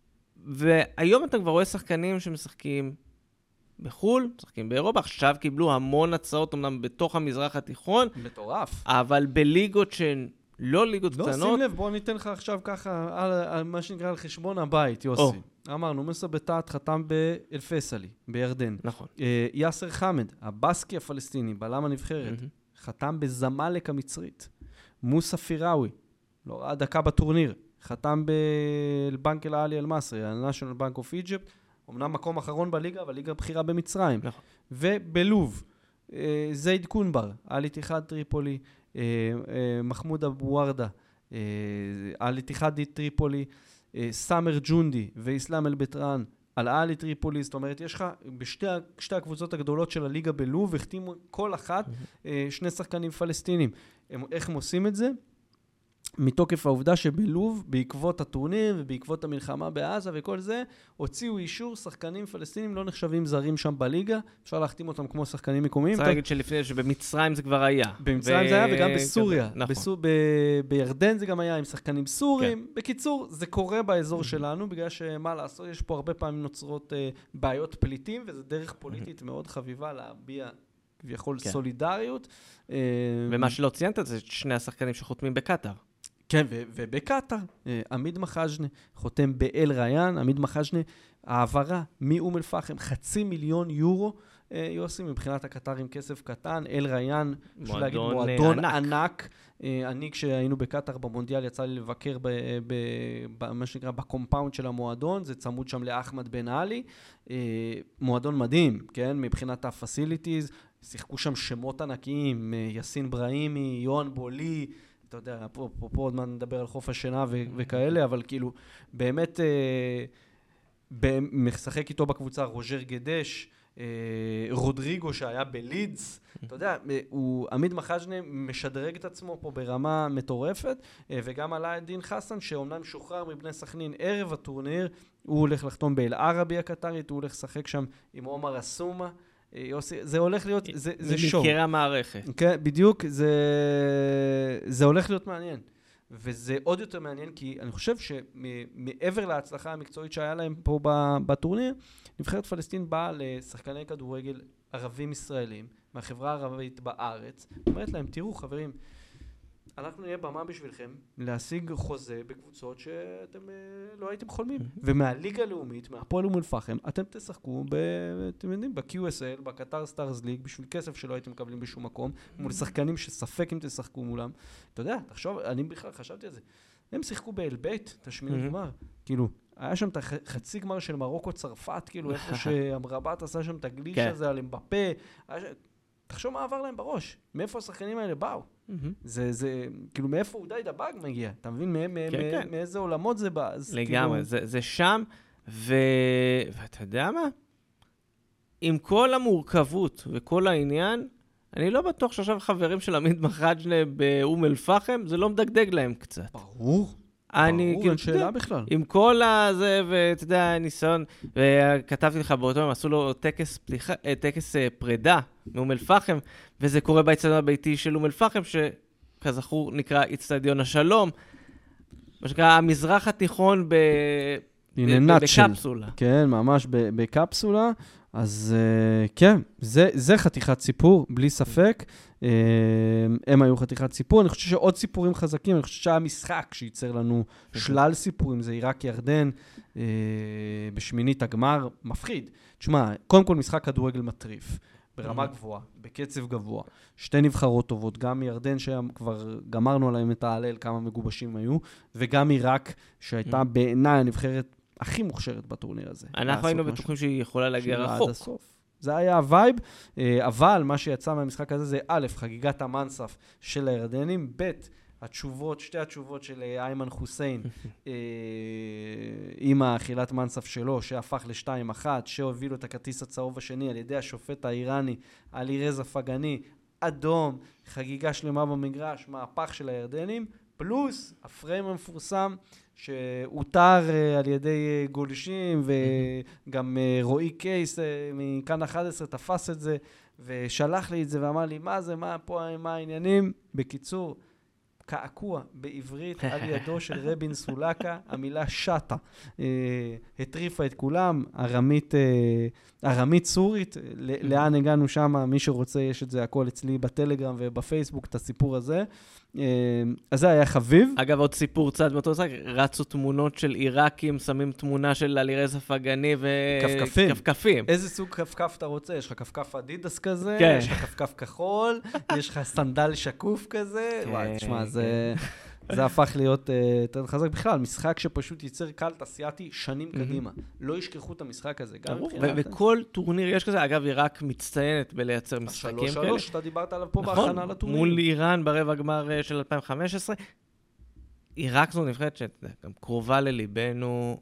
B: והיום אתה כבר רואה שחקנים שמשחקים בחול, משחקים באירופה, עכשיו קיבלו המון הצעות, אמנם בתוך המזרח התיכון.
A: מטורף.
B: אבל בליגות שהן לא ליגות
A: לא,
B: קטנות.
A: לא, שים לב, בוא ניתן לך עכשיו ככה, על, על מה שנקרא על חשבון הבית, יוסי. Oh. אמרנו, מסע בתת חתם באל-פסלי, בירדן.
B: נכון.
A: אה, יאסר חמד, הבסקי הפלסטיני, בלם הנבחרת, mm-hmm. חתם בזמלק המצרית. מוסא פיראוי, לא ראה דקה בטורניר, חתם בבנק אל-עלי אל-מסרי, ה-National Bank of Egypt, אמנם מקום אחרון בליגה, אבל ליגה בחירה במצרים. נכון. ובלוב, אה, זייד קונבר, אל איתיחד טריפולי, אה, אה, מחמוד אבו ורדה, אה, אל איתיחד טריפולי, אה, סאמר ג'ונדי ואיסלאם אל-בטרן, על אלי טריפולי, זאת אומרת, יש לך בשתי שתי הקבוצות הגדולות של הליגה בלוב, החתימו כל אחת אה, שני שחקנים פלסטינים. הם, איך הם עושים את זה? מתוקף העובדה שבלוב, בעקבות הטורניר ובעקבות המלחמה בעזה וכל זה, הוציאו אישור שחקנים פלסטינים לא נחשבים זרים שם בליגה, אפשר להחתים אותם כמו שחקנים מקומיים.
B: צריך להגיד שלפני, שבמצרים זה כבר היה.
A: במצרים זה היה וגם בסוריה. בירדן זה גם היה עם שחקנים סורים. בקיצור, זה קורה באזור שלנו, בגלל שמה לעשות, יש פה הרבה פעמים נוצרות בעיות פליטים, וזה דרך פוליטית מאוד חביבה להביע כביכול סולידריות.
B: ומה שלא ציינת זה שני השחקנים שחותמים בקטר.
A: כן, ו- ובקטר, עמיד מחז'נה, חותם באל ריין, עמיד מחז'נה, העברה מאום אל-פחם, חצי מיליון יורו, יוסי, מבחינת הקטרים כסף קטן, אל ריין, מועדון, להגיד, מועדון ענק. ענק. אני, כשהיינו בקטר במונדיאל, יצא לי לבקר במה שנקרא, בקומפאונד של המועדון, זה צמוד שם לאחמד בן עלי, מועדון מדהים, כן, מבחינת הפסיליטיז, שיחקו שם שמות ענקיים, יסין בראימי, יוהן בולי, אתה יודע, פה, פה, פה עוד מה נדבר על חוף השינה ו- וכאלה, אבל כאילו, באמת, אה, משחק איתו בקבוצה רוג'ר גדש, אה, רודריגו שהיה בלידס, אתה יודע, הוא, עמיד מחז'נה משדרג את עצמו פה ברמה מטורפת, אה, וגם עלה את דין חסן, שאומנם שוחרר מבני סכנין ערב הטורניר, הוא הולך לחתום באל ערבי הקטרית, הוא הולך לשחק שם עם עומר אסומה, יוסי, זה הולך להיות, זה, זה שואו.
B: זה מכיר המערכת.
A: כן, בדיוק, זה, זה הולך להיות מעניין. וזה עוד יותר מעניין, כי אני חושב שמעבר להצלחה המקצועית שהיה להם פה בטורניר, נבחרת פלסטין באה לשחקני כדורגל ערבים ישראלים, מהחברה הערבית בארץ, אומרת להם, תראו חברים, אנחנו נהיה במה בשבילכם להשיג חוזה בקבוצות שאתם לא הייתם חולמים. ומהליגה הלאומית, מהפועל אום אל-פחם, אתם תשחקו ב, אתם יודעים, ב-קיו אס אל, בקטר סטארס ליג, בשביל כסף שלא הייתם מקבלים בשום מקום, מול שחקנים שספק אם תשחקו מולם. אתה יודע, תחשוב, אני בכלל חשבתי על זה. הם שיחקו באלבית, תשמין גמר. כאילו, היה שם את החצי גמר של מרוקו צרפת, כאילו, איפה שהמרבט עשה שם את הגליש הזה על אמבפה. תחשוב מה עבר להם בראש. מאיפה השחקנים האלה באו? זה, זה, כאילו, מאיפה הוא די דבג מגיע? אתה מבין מאיזה עולמות זה בא?
B: לגמרי, זה שם, ואתה יודע מה? עם כל המורכבות וכל העניין, אני לא בטוח שעכשיו חברים של עמית מחג'נה באום אל-פחם, זה לא מדגדג להם קצת.
A: ברור.
B: אני,
A: ברור, אין שאלה בכלל.
B: עם כל הזה, ואתה יודע, ניסיון, וכתבתי לך באותו, הם עשו לו טקס, פליחה, טקס פרידה מאום אל-פחם, וזה קורה באצטדיון הביתי של אום אל-פחם, שכזכור נקרא אצטדיון השלום, מה שנקרא המזרח התיכון ב... בקפסולה.
A: כן, ממש בקפסולה. אז כן, זה, זה חתיכת סיפור, בלי ספק. הם היו חתיכת סיפור. אני חושב שעוד סיפורים חזקים, אני חושב שהיה משחק שייצר לנו שלל סיפורים, זה עיראק ירדן, בשמינית הגמר, מפחיד. תשמע, קודם כל משחק כדורגל מטריף, ברמה גבוהה, בקצב גבוה. שתי נבחרות טובות, גם ירדן שכבר גמרנו עליהם את ההלל, כמה מגובשים היו, וגם עיראק שהייתה בעיניי הנבחרת הכי מוכשרת בטורניר הזה.
B: אנחנו היינו בטוחים שהיא יכולה להגיע רחוק.
A: זה היה הווייב, אבל מה שיצא מהמשחק הזה זה א', חגיגת המנסף של הירדנים, ב', התשובות, שתי התשובות של איימן חוסיין, עם האכילת מנסף שלו, שהפך לשתיים אחת, שהוביל לו את הכרטיס הצהוב השני על ידי השופט האיראני, עלי רזה פגני, אדום, חגיגה שלמה במגרש, מהפך של הירדנים, פלוס הפריים המפורסם, שהותר על ידי גולשים, וגם רועי קייס מכאן אחת עשרה תפס את זה, ושלח לי את זה ואמר לי, מה זה, מה פה, מה העניינים? בקיצור, קעקוע בעברית על ידו של רבין סולקה, המילה שטה, הטריפה את כולם, ארמית, ארמית סורית, לאן הגענו שם, מי שרוצה יש את זה הכל אצלי בטלגרם ובפייסבוק, את הסיפור הזה. אז זה היה חביב.
B: אגב, עוד סיפור צד באותו משחק, רצו תמונות של עיראקים, שמים תמונה של עלי רזה פגני וכפכפים.
A: איזה סוג כפכף אתה רוצה? יש לך כפכף אדידס כזה, כן. יש לך כפכף כחול, יש לך סנדל שקוף כזה. כן, וואי, תשמע, כן. זה... זה הפך להיות יותר חזק בכלל, משחק שפשוט ייצר קלט אסיאטי שנים קדימה. לא ישכחו את המשחק הזה.
B: וכל טורניר יש כזה, אגב, עיראק מצטיינת בלייצר משחקים כאלה.
A: שלוש שלוש, אתה דיברת עליו פה בהכנה לטורניר.
B: מול איראן ברבע גמר של אלפיים וחמש עשרה. עיראק זו נבחרת שגם קרובה לליבנו,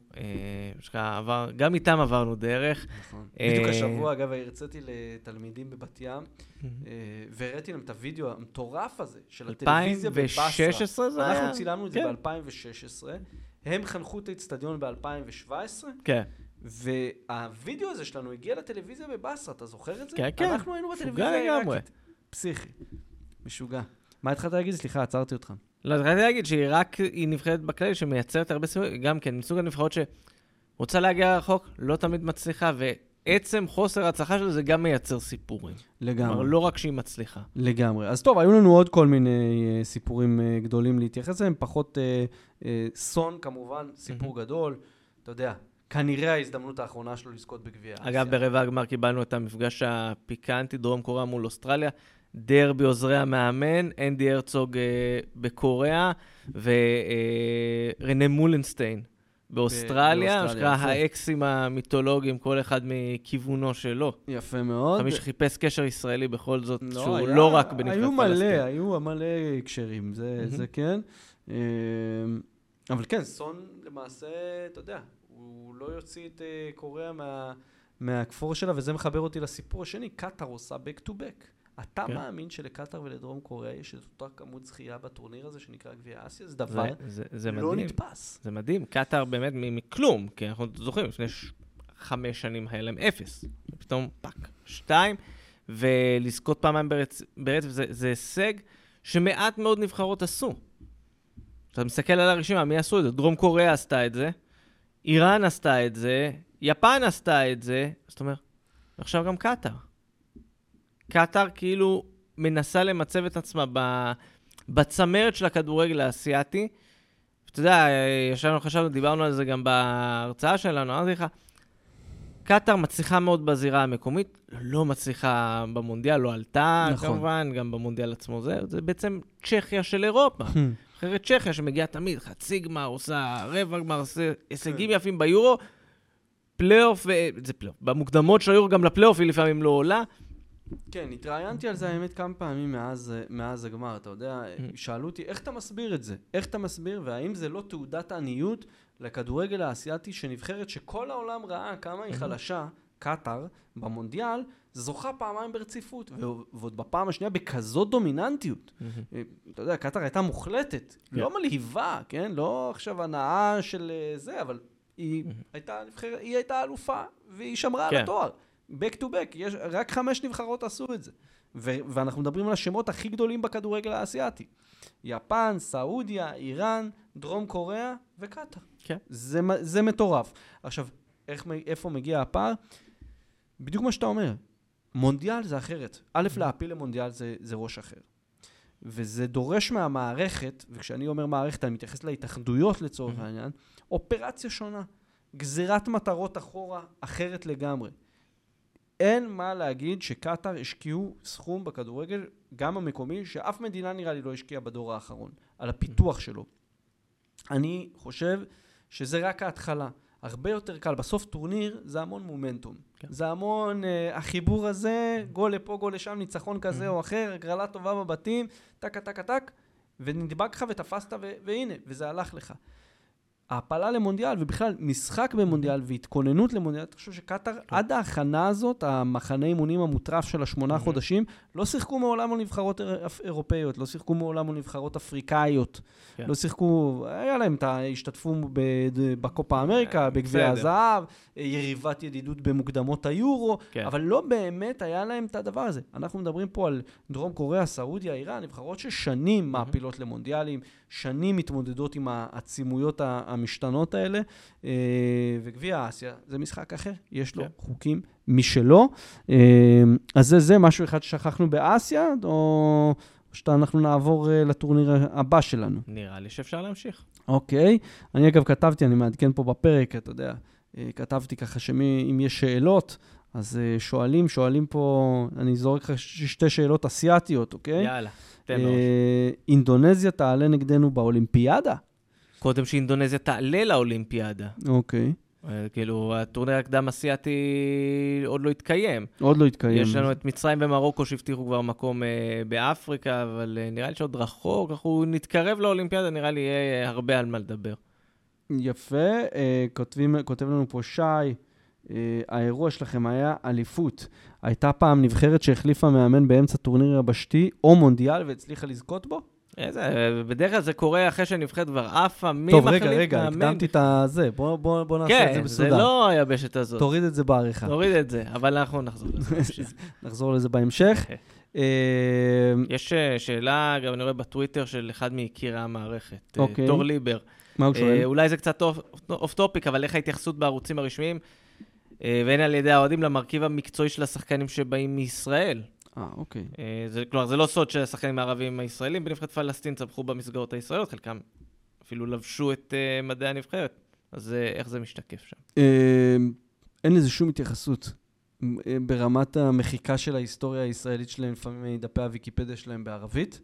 B: גם איתם עברנו דרך.
A: בדיוק השבוע, אגב, הרציתי לתלמידים בבת ים, והראיתי להם את הוידאו המטורף הזה של הטלוויזיה בבסרה.
B: אלפיים ושש עשרה זה היה?
A: אנחנו צילמנו את זה ב-אלפיים ושש עשרה, הם חנכו את האצטדיון ב-אלפיים שבע עשרה,
B: כן.
A: והוידאו הזה שלנו הגיע לטלוויזיה בבסרה, אתה זוכר את זה?
B: כן, כן.
A: אנחנו היינו בטלוויזיה העיראקית. פסיכי, משוגע. מה התחלת להגיד? סליחה, עצרתי אותך.
B: לא, התחלתי להגיד שעיראק היא נבחרת בכלל שמייצרת הרבה סיפורים, גם כן, מסוג הנבחרות שרוצה להגיע רחוק, לא תמיד מצליחה, ועצם חוסר ההצלחה שלו זה גם מייצר סיפורים.
A: לגמרי.
B: כלומר, לא רק שהיא מצליחה.
A: לגמרי. אז טוב, היו לנו עוד כל מיני uh, סיפורים uh, גדולים להתייחס אליהם, פחות uh, uh, סון כמובן, סיפור mm-hmm. גדול, אתה יודע, כנראה ההזדמנות האחרונה שלו לזכות בגביע.
B: אגב, ברבע הגמר קיבלנו את המפגש הפיקנטי, דרום קוריאה מול אוסטרליה, דרבי עוזרי המאמן, אנדי הרצוג אה, בקוריאה, ורנה אה, מולנסטיין באוסטרליה, שקרא האקסים המיתולוגיים, כל אחד מכיוונו שלו.
A: יפה מאוד.
B: מי שחיפש קשר ישראלי בכל זאת, לא, שהוא היה, לא רק בנבחרת
A: היו
B: פלסטין.
A: מלא, היו מלא הקשרים, זה, mm-hmm. זה כן. אה, אבל כן, סון למעשה, אתה יודע, הוא לא יוציא את אה, קוריאה מה, מהכפור שלה, וזה מחבר אותי לסיפור השני, קטר עושה back to back. אתה כן. מאמין שלקטר ולדרום קוריאה יש את אותה כמות זכייה בטורניר הזה שנקרא גביע אסיה? זה דבר זה, זה, זה לא מדהים. נתפס.
B: זה מדהים. קטר באמת מכלום, כי אנחנו זוכרים, לפני ש... חמש שנים היה להם אפס. פתאום פאק, שתיים, ולזכות פעמיים ברצ... ברצף, זה, זה הישג שמעט מאוד נבחרות עשו. אתה מסתכל על הרשימה, מי עשו את זה? דרום קוריאה עשתה את זה, איראן עשתה את זה, יפן עשתה את זה, זאת אומרת, עכשיו גם קטר. קטר כאילו מנסה למצב את עצמה בצמרת של הכדורגל האסיאטי. אתה יודע, ישבנו, חשבנו, דיברנו על זה גם בהרצאה שלנו, אמרתי לך, קטר מצליחה מאוד בזירה המקומית, לא מצליחה במונדיאל, לא עלתה, נכון. כמובן, גם במונדיאל עצמו זה, זה בעצם צ'כיה של אירופה. אחרת צ'כיה שמגיעה תמיד, חצי גמר, עושה רבע גמר, עושה הישגים יפים ביורו, פלייאוף, זה פלייאוף, במוקדמות של היורו גם לפלייאוף היא לפעמים לא עולה.
A: כן, התראיינתי על זה האמת כמה פעמים מאז, מאז הגמר, אתה יודע, שאלו אותי, איך אתה מסביר את זה? איך אתה מסביר, והאם זה לא תעודת עניות לכדורגל האסייתי שנבחרת שכל העולם ראה כמה היא חלשה, קטר, במונדיאל, זוכה פעמיים ברציפות, ועוד בפעם השנייה בכזאת דומיננטיות. אתה יודע, קטר הייתה מוחלטת, לא מלהיבה, כן? לא עכשיו הנאה של זה, אבל היא הייתה נבחרת, היא הייתה אלופה, והיא שמרה על התואר. back to back, יש, רק חמש נבחרות עשו את זה. ו- ואנחנו מדברים על השמות הכי גדולים בכדורגל האסייתי. יפן, סעודיה, איראן, דרום קוריאה וקטר.
B: כן.
A: זה, זה מטורף. עכשיו, איך, איפה מגיע הפער? בדיוק מה שאתה אומר. מונדיאל זה אחרת. א', להפיל למונדיאל זה, זה ראש אחר. וזה דורש מהמערכת, וכשאני אומר מערכת, אני מתייחס להתאחדויות לצורך העניין, אופרציה שונה. גזירת מטרות אחורה אחרת לגמרי. אין מה להגיד שקטר השקיעו סכום בכדורגל, גם המקומי, שאף מדינה נראה לי לא השקיעה בדור האחרון, על הפיתוח שלו. אני חושב שזה רק ההתחלה. הרבה יותר קל. בסוף טורניר זה המון מומנטום. כן. זה המון, uh, החיבור הזה, גול לפה, גול לשם, ניצחון כזה או אחר, הגרלה טובה בבתים, טק, טק, טק, ונדבק לך ותפסת, ו- והנה, וזה הלך לך. ההפלה למונדיאל, ובכלל משחק במונדיאל והתכוננות למונדיאל, אתה חושב שקטר, עד ההכנה הזאת, המחנה אימונים המוטרף של השמונה חודשים, לא שיחקו מעולם על נבחרות אירופאיות, לא שיחקו מעולם על נבחרות אפריקאיות, לא שיחקו, היה להם, השתתפו בקופה אמריקה, בגביע הזהב, יריבת ידידות במוקדמות היורו, אבל לא באמת היה להם את הדבר הזה. אנחנו מדברים פה על דרום קוריאה, סעודיה, איראן, נבחרות ששנים מעפילות למונדיאלים, שנים מתמודדות עם העצימויות המשתנות האלה, וגביע אסיה זה משחק אחר, יש לו חוקים משלו. אז זה זה משהו אחד ששכחנו באסיה, או שאנחנו נעבור לטורניר הבא שלנו?
B: נראה לי שאפשר להמשיך.
A: אוקיי, אני אגב כתבתי, אני מעדכן פה בפרק, אתה יודע, כתבתי ככה שאם יש שאלות, אז שואלים, שואלים פה, אני זורק לך שתי שאלות אסיאתיות, אוקיי?
B: יאללה, תן לו.
A: אינדונזיה תעלה נגדנו באולימפיאדה?
B: קודם שאינדונזיה תעלה לאולימפיאדה.
A: אוקיי.
B: כאילו, הטורניר הקדם אסיאתי עוד לא התקיים.
A: עוד לא התקיים.
B: יש לנו את מצרים ומרוקו שהבטיחו כבר מקום באפריקה, אבל נראה לי שעוד רחוק, אנחנו נתקרב לאולימפיאדה, נראה לי יהיה הרבה על מה לדבר.
A: יפה, כותב לנו פה שי, האירוע שלכם היה אליפות. הייתה פעם נבחרת שהחליפה מאמן באמצע טורניר יבשתי או מונדיאל והצליחה לזכות בו?
B: איזה, בדרך כלל זה קורה אחרי שנבחרת כבר עפה, מי
A: טוב,
B: מחליף
A: רגע, רגע,
B: מאמן?
A: הקדמתי את הזה, בוא, בוא, בוא נעשה
B: כן,
A: את זה בסודר.
B: כן, זה לא היבשת הזאת.
A: תוריד את זה בעריכה.
B: תוריד את זה, אבל אנחנו נחזור לזה.
A: נחזור לזה בהמשך.
B: יש שאלה, גם אני רואה בטוויטר של אחד מיקירי המערכת,
A: אוקיי.
B: תור ליבר.
A: מה הוא שואל?
B: אולי זה קצת אוף טופיק, אבל איך ההתייחסות בערוצים הרשמיים, והן על ידי האוהדים למרכיב המקצועי של השחקנים שבאים מישראל.
A: אה, אוקיי.
B: זה, כלומר, זה לא סוד שהשחקנים הערבים הישראלים בנבחרת פלסטין צמחו במסגרות הישראליות, חלקם אפילו לבשו את uh, מדעי הנבחרת. אז uh, איך זה משתקף שם?
A: אין לזה שום התייחסות. ברמת המחיקה של ההיסטוריה הישראלית שלהם, לפעמים דפי הוויקיפדיה שלהם בערבית,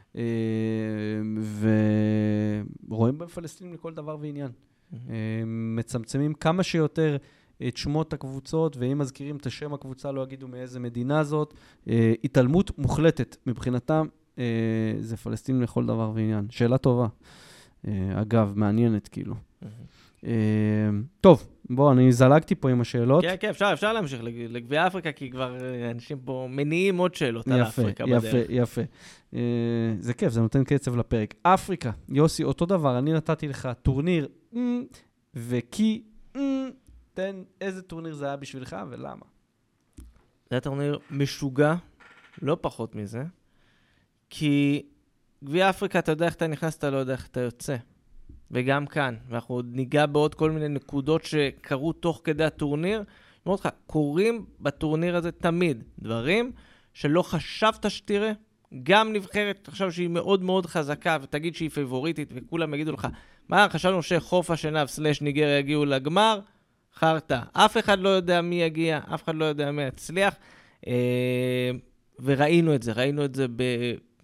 A: ורואים בהם פלסטינים לכל דבר ועניין. מצמצמים כמה שיותר את שמות הקבוצות, ואם מזכירים את השם הקבוצה, לא יגידו מאיזה מדינה זאת. התעלמות מוחלטת מבחינתם, זה פלסטינים לכל דבר ועניין. שאלה טובה. אגב, מעניינת כאילו. טוב, בוא, אני זלגתי פה עם השאלות.
B: כן, כן, אפשר, אפשר להמשיך לגביע אפריקה, כי כבר אנשים פה מניעים עוד שאלות על אפריקה בדרך.
A: יפה, יפה, יפה. זה כיף, זה נותן קצב לפרק. אפריקה, יוסי, אותו דבר, אני נתתי לך טורניר, וכי, תן איזה טורניר זה היה בשבילך ולמה.
B: זה היה טורניר משוגע, לא פחות מזה, כי גביע אפריקה, אתה יודע איך אתה נכנס, אתה לא יודע איך אתה יוצא. וגם כאן, ואנחנו עוד ניגע בעוד כל מיני נקודות שקרו תוך כדי הטורניר. אני אומר לך, קורים בטורניר הזה תמיד דברים שלא חשבת שתראה. גם נבחרת, עכשיו שהיא מאוד מאוד חזקה, ותגיד שהיא פייבוריטית, וכולם יגידו לך, מה, חשבנו שחוף השנהב סלש ניגריה יגיעו לגמר? חרטה. אף אחד לא יודע מי יגיע, אף אחד לא יודע מי יצליח. וראינו את זה, ראינו את זה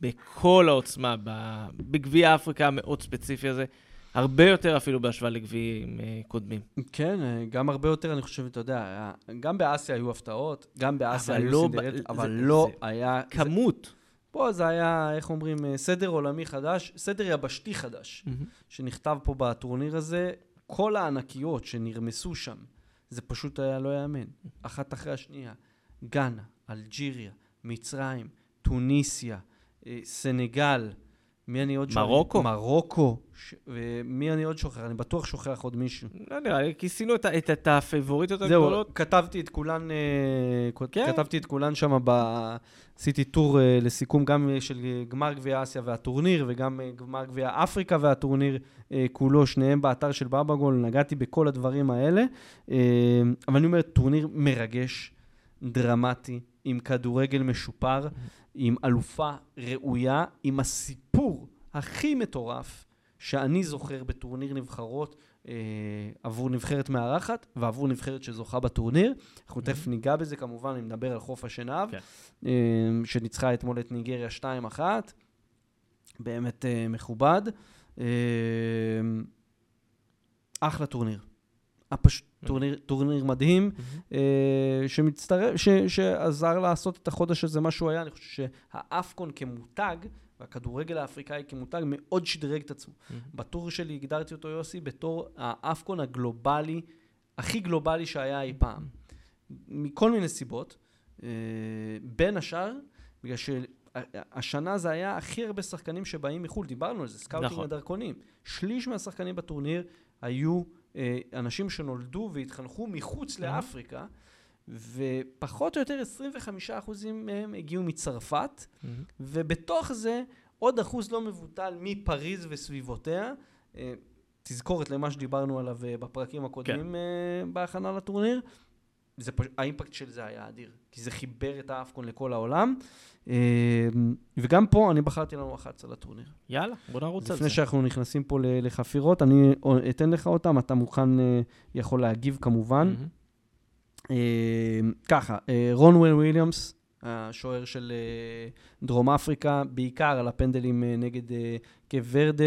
B: בכל העוצמה, בגביע אפריקה המאוד ספציפי הזה, הרבה יותר אפילו בהשוואה לגביעים קודמים.
A: כן, גם הרבה יותר, אני חושב, אתה יודע, גם באסיה היו הפתעות, גם באסיה היו סינדרלה, אבל לא היה...
B: כמות.
A: פה זה היה, איך אומרים, סדר עולמי חדש, סדר יבשתי חדש, שנכתב פה בטורניר הזה, כל הענקיות שנרמסו שם, זה פשוט היה לא יאמן. אחת אחרי השנייה, גאנה, אלג'יריה, מצרים, טוניסיה, סנגל, מי אני עוד שוכח?
B: מרוקו.
A: מרוקו. ש... ומי אני עוד שוכח? אני בטוח שוכח עוד מישהו.
B: לא נראה לי, כיסינו את, את, את הפייבוריטות
A: זהו,
B: הגדולות.
A: כתבתי את כולן,
B: כן.
A: כתבתי את כולן שם, עשיתי טור לסיכום גם של גמר גביע אסיה והטורניר, וגם גמר גביע אפריקה והטורניר כולו, שניהם באתר של בבגול, נגעתי בכל הדברים האלה. אבל אני אומר, טורניר מרגש, דרמטי, עם כדורגל משופר, עם אלופה ראויה, עם הסיפור הכי מטורף שאני זוכר בטורניר נבחרות אה, עבור נבחרת מארחת ועבור נבחרת שזוכה בטורניר. אנחנו mm-hmm. תכף ניגע בזה כמובן, אני מדבר על חוף השנהב, okay. אה, שניצחה אתמול את ניגריה שתיים אחת, באמת אה, מכובד. אה, אחלה טורניר. פשוט טורניר, טורניר מדהים, mm-hmm. uh, שמצטרף, ש, שעזר לעשות את החודש הזה מה שהוא היה. אני חושב שהאפקון כמותג, והכדורגל האפריקאי כמותג, מאוד שדרג את עצמו. Mm-hmm. בטור שלי הגדרתי אותו, יוסי, בתור האפקון הגלובלי, הכי גלובלי שהיה אי פעם. מכל מיני סיבות. Uh, בין השאר, בגלל שהשנה זה היה הכי הרבה שחקנים שבאים מחול. דיברנו על זה, סקאוטינג נכון. הדרכונים. שליש מהשחקנים בטורניר היו אנשים שנולדו והתחנכו מחוץ לאפריקה, ופחות או יותר עשרים וחמישה אחוז מהם הגיעו מצרפת, ובתוך זה עוד אחוז לא מבוטל מפריז וסביבותיה. תזכורת למה שדיברנו עליו בפרקים הקודמים בהכנה לטורניר. האימפקט של זה היה אדיר, כי זה חיבר את האפקון לכל העולם. וגם פה אני בחרתי לנו אחת על הטורניר.
B: יאללה, בוא נרוץ על זה.
A: לפני שאנחנו נכנסים פה לחפירות, אני אתן לך אותם, אתה מוכן, יכול להגיב כמובן. ככה, רונוול וויליאמס, השוער של דרום אפריקה, בעיקר על הפנדלים נגד קייפ ורדה.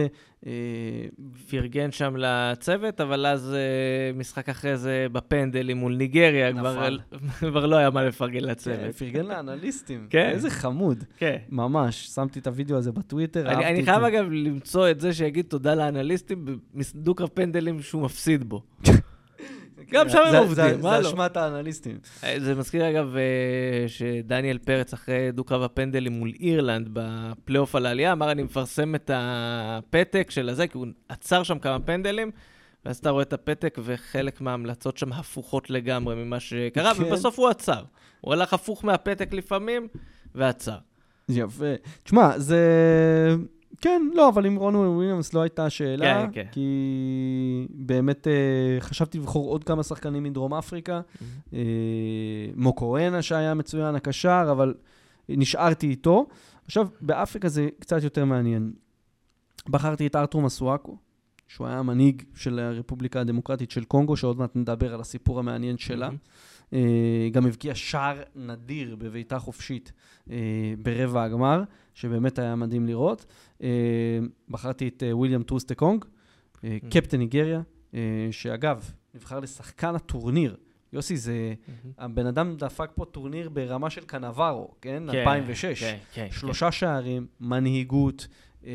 B: פרגן שם לצוות, אבל אז משחק אחרי זה בפנדלים מול ניגריה, כבר לא היה מה לפרגן לצוות.
A: פרגן לאנליסטים, איזה חמוד. ממש, שמתי את הוידאו הזה בטוויטר.
B: אני חייב אגב למצוא את זה שיגיד תודה לאנליסטים בדו-קרב פנדלים שהוא מפסיד בו. גם שם הם עובדים,
A: מה לא? זה אשמת האנליסטים.
B: זה מזכיר אגב שדניאל פרץ אחרי דו-קרב הפנדלים מול אירלנד בפלייאוף על העלייה, אמר אני מפרסם את הפתק של הזה, כי הוא עצר שם כמה פנדלים, ואז אתה רואה את הפתק וחלק מההמלצות שם הפוכות לגמרי ממה שקרה, ובסוף הוא עצר. הוא הלך הפוך מהפתק לפעמים, ועצר.
A: יפה. תשמע, זה... כן, לא, אבל עם רונוול וויליאמס לא הייתה שאלה,
B: כן, כן.
A: כי באמת אה, חשבתי לבחור עוד כמה שחקנים מדרום אפריקה, mm-hmm. אה, מוקורנה שהיה מצוין, הקשר, אבל נשארתי איתו. עכשיו, באפריקה זה קצת יותר מעניין. בחרתי את ארתור מסואקו, שהוא היה המנהיג של הרפובליקה הדמוקרטית של קונגו, שעוד מעט נדבר על הסיפור המעניין שלה. Mm-hmm. אה, גם הבקיע שער נדיר בביתה חופשית אה, ברבע הגמר, שבאמת היה מדהים לראות. Uh, בחרתי את uh, וויליאם טרוסטקונג, uh, mm-hmm. קפטן ניגריה, uh, שאגב, נבחר לשחקן הטורניר. יוסי, זה... Mm-hmm. הבן אדם דפק פה טורניר ברמה של קנברו, כן? כן אלפיים ושש. כן, כן, שלושה כן. שערים, מנהיגות, uh,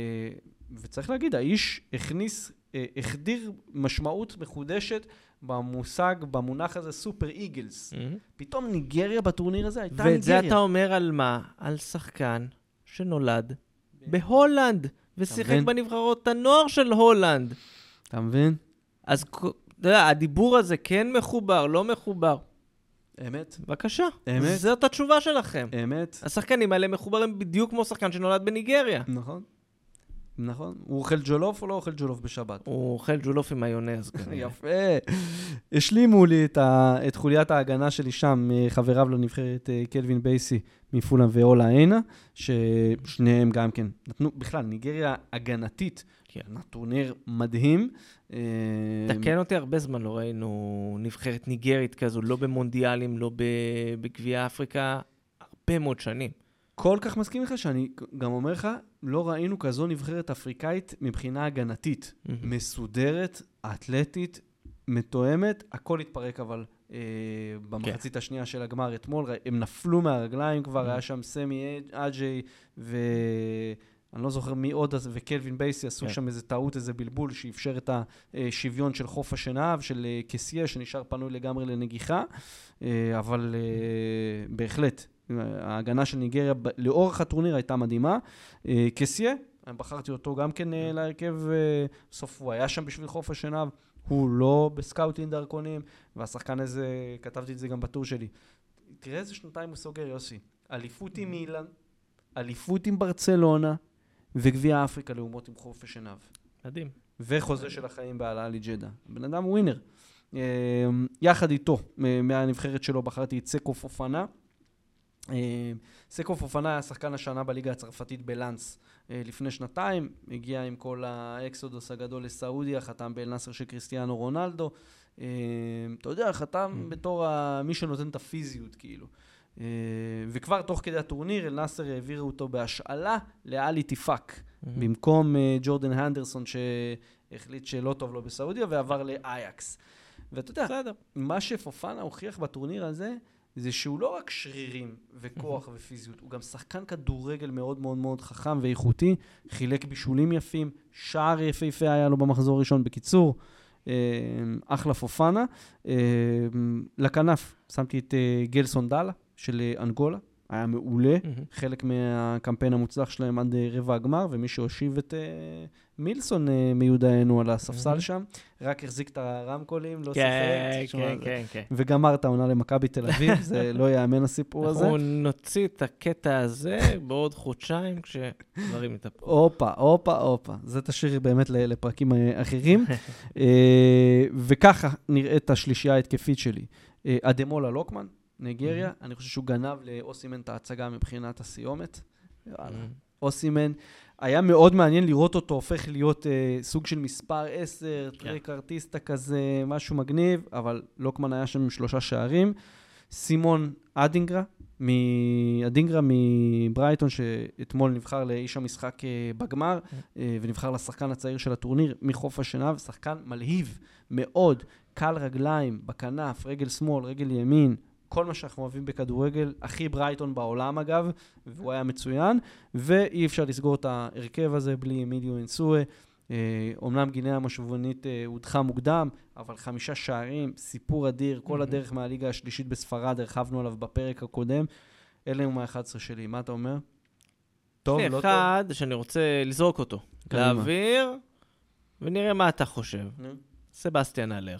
A: וצריך להגיד, האיש הכניס, uh, החדיר משמעות מחודשת במושג, במונח הזה, סופר איגלס. Mm-hmm. פתאום ניגריה בטורניר הזה הייתה ניגריה.
B: ואת זה אתה אומר על מה? על שחקן שנולד בהולנד, ושיחק בנבחרות הנוער של הולנד.
A: אתה מבין?
B: אז אתה יודע, הדיבור הזה כן מחובר, לא מחובר.
A: אמת.
B: בבקשה.
A: אמת.
B: זאת התשובה שלכם.
A: אמת.
B: השחקנים האלה מחוברים בדיוק כמו שחקן שנולד בניגריה.
A: נכון. נכון. הוא אוכל ג'ולוף או לא אוכל ג'ולוף בשבת?
B: הוא אוכל ג'ולוף עם מיונז.
A: יפה. השלימו לי את, ה... את חוליית ההגנה שלי שם, חבריו לנבחרת קלווין בייסי מפולאם ואולה אינה, ששניהם גם כן נתנו, בכלל, ניגריה הגנתית, טורניר מדהים.
B: תקן אותי, הרבה זמן לא ראינו נבחרת ניגרית כזו, לא במונדיאלים, לא בגביע אפריקה, הרבה מאוד שנים.
A: כל כך מסכים לך שאני גם אומר לך, לא ראינו כזו נבחרת אפריקאית מבחינה הגנתית,
B: מהמם.
A: מסודרת, אתלטית, מתואמת, הכל התפרק אבל אה, במחצית השנייה של הגמר אתמול, ר- הם נפלו מהרגליים כבר,
B: Mhm.
A: היה שם סמי אג'יי ואני לא זוכר מי עוד, אז- וקלווין בייסי עשו
B: כן.
A: שם איזה טעות, איזה בלבול שאפשר את השוויון של חוף השנהב, של אה, קסיה, שנשאר פנוי לגמרי לנגיחה, אה, אבל אה, בהחלט, ההגנה של ניגריה ב- לאורך הטורניר הייתה מדהימה. אה, קסיה, אני בחרתי אותו גם כן אה, להרכב, אה, בסוף הוא היה שם בשביל חוף השנהב, הוא לא בסקאוטין דרכונים, והשחקן הזה, כתבתי את זה גם בטור שלי. תראה איזה שנתיים הוא סוגר, יוסי. אליפות עם מילאן, אליפות עם ברצלונה, וגביע אפריקה לאומות עם חוף השנהב.
B: מדהים.
A: וחוזה של החיים בעלה לג'דה. בן אדם ווינר. אה, יחד איתו, מ- מהנבחרת שלו בחרתי את סקו פופנה. אה, סקו פופנה היה שחקן השנה בליגה הצרפתית בלנס אה, לפני שנתיים, הגיע עם כל האקסודוס הגדול לסעודיה, חתם באל-נאסר של קריסטיאנו רונלדו. אה, אתה יודע, חתם בתור ה- מי שנותן את הפיזיות, כאילו. אה, וכבר תוך כדי הטורניר, אל-נאסר העבירו אותו בהשאלה לאלי טיפאק, במקום אה, ג'ורדן הנדרסון שהחליט שלא טוב לו בסעודיה, ועבר לאייקס. ואתה יודע,
B: בסדר.
A: מה שפופנה הוכיח בטורניר הזה, זה שהוא לא רק שרירים וכוח ופיזיות, הוא גם שחקן כדורגל מאוד מאוד מאוד חכם ואיכותי, חילק בישולים יפים, שער יפהפה היה לו במחזור ראשון. בקיצור, אה, אחלה פופנה. אה, לכנף, שמתי את אה, גלסון דאלה של אה, אנגולה, היה מעולה,
B: מהמם.
A: חלק מהקמפיין המוצלח שלהם עד אה, רבע הגמר, ומי שהושיב את אה, מילסון אה, מיודענו על הספסל
B: מהמם.
A: שם, רק החזיק את הרמקולים, לא
B: כן,
A: שיחק. תשמע,
B: כן,
A: זה-
B: כן, כן.
A: וגמר את העונה למכבי תל אביב, זה לא יאמן הסיפור הזה.
B: אנחנו נוציא את הקטע הזה בעוד חודשיים כשדברים יתהפכו.
A: הופה, הופה, הופה. זה תשאיר באמת ל- לפרקים אה, אחרים. אה, וככה נראית השלישייה ההתקפית שלי. אה, אדמולה לוקמן, ניגריה, אני חושב שהוא גנב לאוסימן את ההצגה מבחינת הסיומת. יאללה. אוסימן, היה מאוד מעניין לראות אותו הופך להיות אה, סוג של מספר עשר, טרק ארטיסטה כזה, משהו מגניב, אבל לוקמן היה שם עם שלושה שערים. סימון אדינגרה, מ- אדינגרה מברייטון, שאתמול נבחר לאיש המשחק אה, בגמר, אה, ונבחר לשחקן הצעיר של הטורניר מחוף השנהב, שחקן מלהיב מאוד, קל רגליים, בכנף, רגל שמאל, רגל ימין, כל מה שאנחנו אוהבים בכדורגל, הכי ברייטון בעולם אגב, והוא היה מצוין, ואי אפשר לסגור את ההרכב הזה בלי אמיליו אנסואה. אה, אומנם גינאה המשובנית אה, הודחה מוקדם, אבל חמישה שערים, סיפור אדיר, כל
B: Mhm.
A: הדרך מהליגה השלישית בספרד, הרחבנו עליו בפרק הקודם. אלה הם ה-אחד עשר שלי, מה אתה אומר? טוב,
B: יש לי
A: לא טוב?
B: אחד שאני רוצה לזרוק אותו.
A: קדימה.
B: להעביר, ונראה מה אתה חושב.
A: נו.
B: סבסטיאן אלר.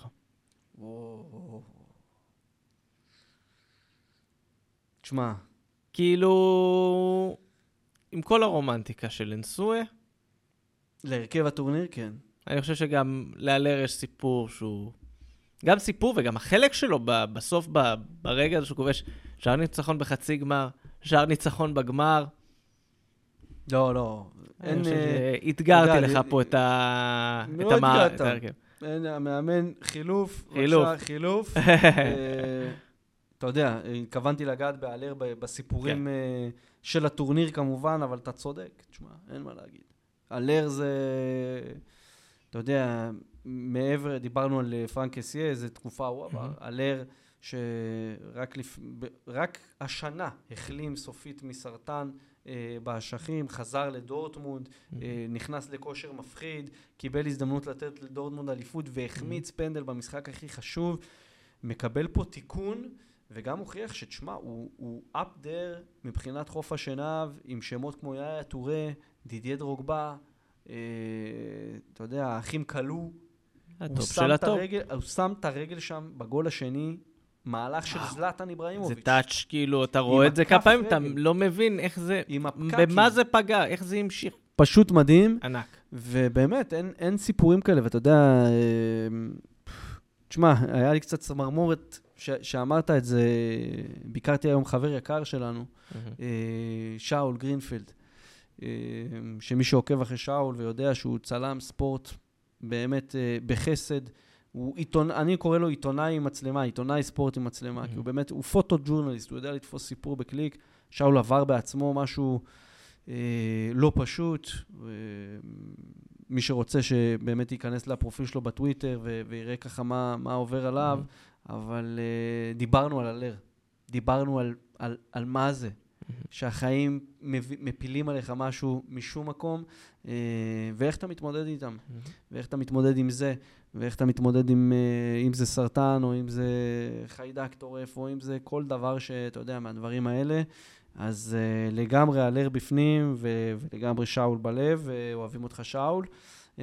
A: תשמע,
B: כאילו, עם כל הרומנטיקה של אנסואה,
A: להרכב הטורניר, כן.
B: אני חושב שגם לאלר יש סיפור שהוא... גם סיפור וגם החלק שלו ב- בסוף, ב- ברגע הזה שהוא כובש שער ניצחון בחצי גמר, שער ניצחון בגמר.
A: לא, לא.
B: אני
A: אין,
B: חושב
A: אה,
B: שאתגרתי
A: אתה יודע,
B: לך
A: לי-
B: פה את ה...
A: לא
B: את המע-
A: התגרת.
B: את ההרכב.
A: אין, המאמן, חילוף.
B: חילוף.
A: בבקשה, חילוף. אה, אתה יודע, התכוונתי לגעת באלר ב- בסיפורים אה, של הטורניר כמובן, אבל אתה צודק. תשמע, אין מה להגיד. אלר זה, אתה יודע, מעבר, דיברנו על אה, פרנק קסיה, איזו תקופה הוא עבר. אלר שרק לפ... ב- רק השנה החלים סופית מסרטן אה, באשכים, חזר לדורטמונד, אה, נכנס לכושר מפחיד, קיבל הזדמנות לתת לדורטמונד אליפות והחמיץ פנדל במשחק הכי חשוב, מקבל פה תיקון, וגם הוכיח שתשמע, הוא, הוא up there מבחינת חוף השנהב, עם שמות כמו יאיה טורה, דידיה דרוגבה, אה, אתה יודע, האחים קלו, הוא
B: הטוב
A: שם
B: של
A: את
B: הטוב.
A: הרגל, הוא שם את הרגל שם בגול השני, מהלך של זלאטן
B: זה
A: איברהימוביץ'.
B: טאץ', כאילו, אתה רואה את זה כמה
A: הכף
B: פעמים, אתה
A: רגל.
B: לא מבין איך זה,
A: עם הפקקים.
B: במה זה פגע, איך זה המשיך.
A: פשוט מדהים,
B: ענק.
A: ובאמת, אין, אין סיפורים כאלה, ואתה יודע, אה, תשמע, היה לי קצת צמרמורת ש, שאמרת את זה, ביקרתי היום חבר יקר שלנו, אה, שאול גרינפלד, אה, שמי שעוקב אחרי שאול ויודע שהוא צלם ספורט באמת אה, בחסד, הוא עיתונ... אני קורא לו עיתונאי עם מצלמה, עיתונאי ספורט עם מצלמה, כי הוא באמת, הוא פוטו-ג'ורנליסט, הוא יודע לתפוס סיפור בקליק. שאול עבר בעצמו משהו אה, לא פשוט, אה, מי שרוצה שבאמת ייכנס לפרופיל שלו בטוויטר ו- ויראה ככה מה, מה עובר עליו, mm-hmm. אבל uh, דיברנו על הלר, דיברנו על, על, על מה זה, mm-hmm. שהחיים מפילים עליך משהו משום מקום, uh, ואיך אתה מתמודד איתם, mm-hmm. ואיך אתה מתמודד עם זה, ואיך אתה מתמודד עם, uh, אם זה סרטן, או אם זה חיידק טורף, או אם זה כל דבר שאתה יודע מהדברים האלה, אז uh, לגמרי הלר בפנים, ו- ולגמרי שאול בלב, ואוהבים אותך שאול. Uh,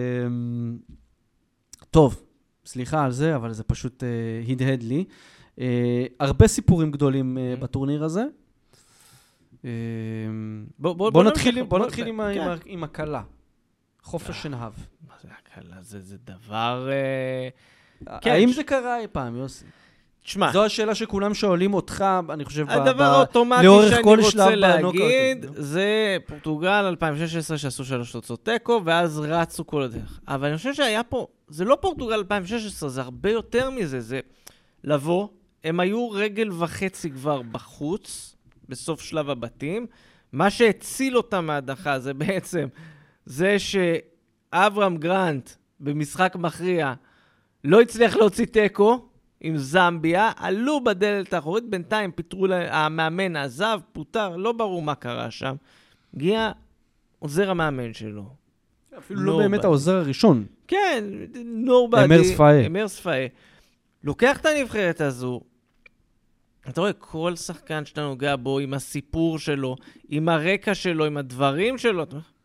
A: טוב, סליחה על זה, אבל זה פשוט uh, הדהד לי. Uh, הרבה סיפורים גדולים uh, בטורניר הזה. Uh, בוא, בוא, בוא נתחיל, בוא נתחיל עם, כן. עם, עם הקלה. חופש שנהב.
B: מה זה הקלה? זה, זה דבר... Uh,
A: האם זה קרה אי פעם, יוסי? תשמע, זו השאלה שכולם שואלים אותך, אני חושב,
B: הדבר האוטומטי שאני רוצה להגיד, זה פורטוגל אלפיים ושש עשרה שעשו שלוש תוצאות תיקו, ואז רצו כל הדרך. אבל אני חושב שהיה פה, זה לא פורטוגל אלפיים ושש עשרה, זה הרבה יותר מזה, זה לבוא, הם היו רגל וחצי כבר בחוץ, בסוף שלב הבתים, מה שהציל אותם מהדחה זה בעצם, זה שאברהם גרנט במשחק מכריע, לא הצליח להוציא תיקו, עם זמביה, עלו בדלת האחורית, בינתיים פיתרו, המאמן עזב, פוטר, לא ברור מה קרה שם. הגיע עוזר המאמן שלו.
A: אפילו לא באמת העוזר הראשון.
B: כן, נורבדי.
A: אמר ספאי.
B: אמר ספאי. לוקח את הנבחרת הזו, אתה רואה, כל שחקן שאתה נוגע בו, עם הסיפור שלו, עם הרקע שלו, עם הדברים שלו,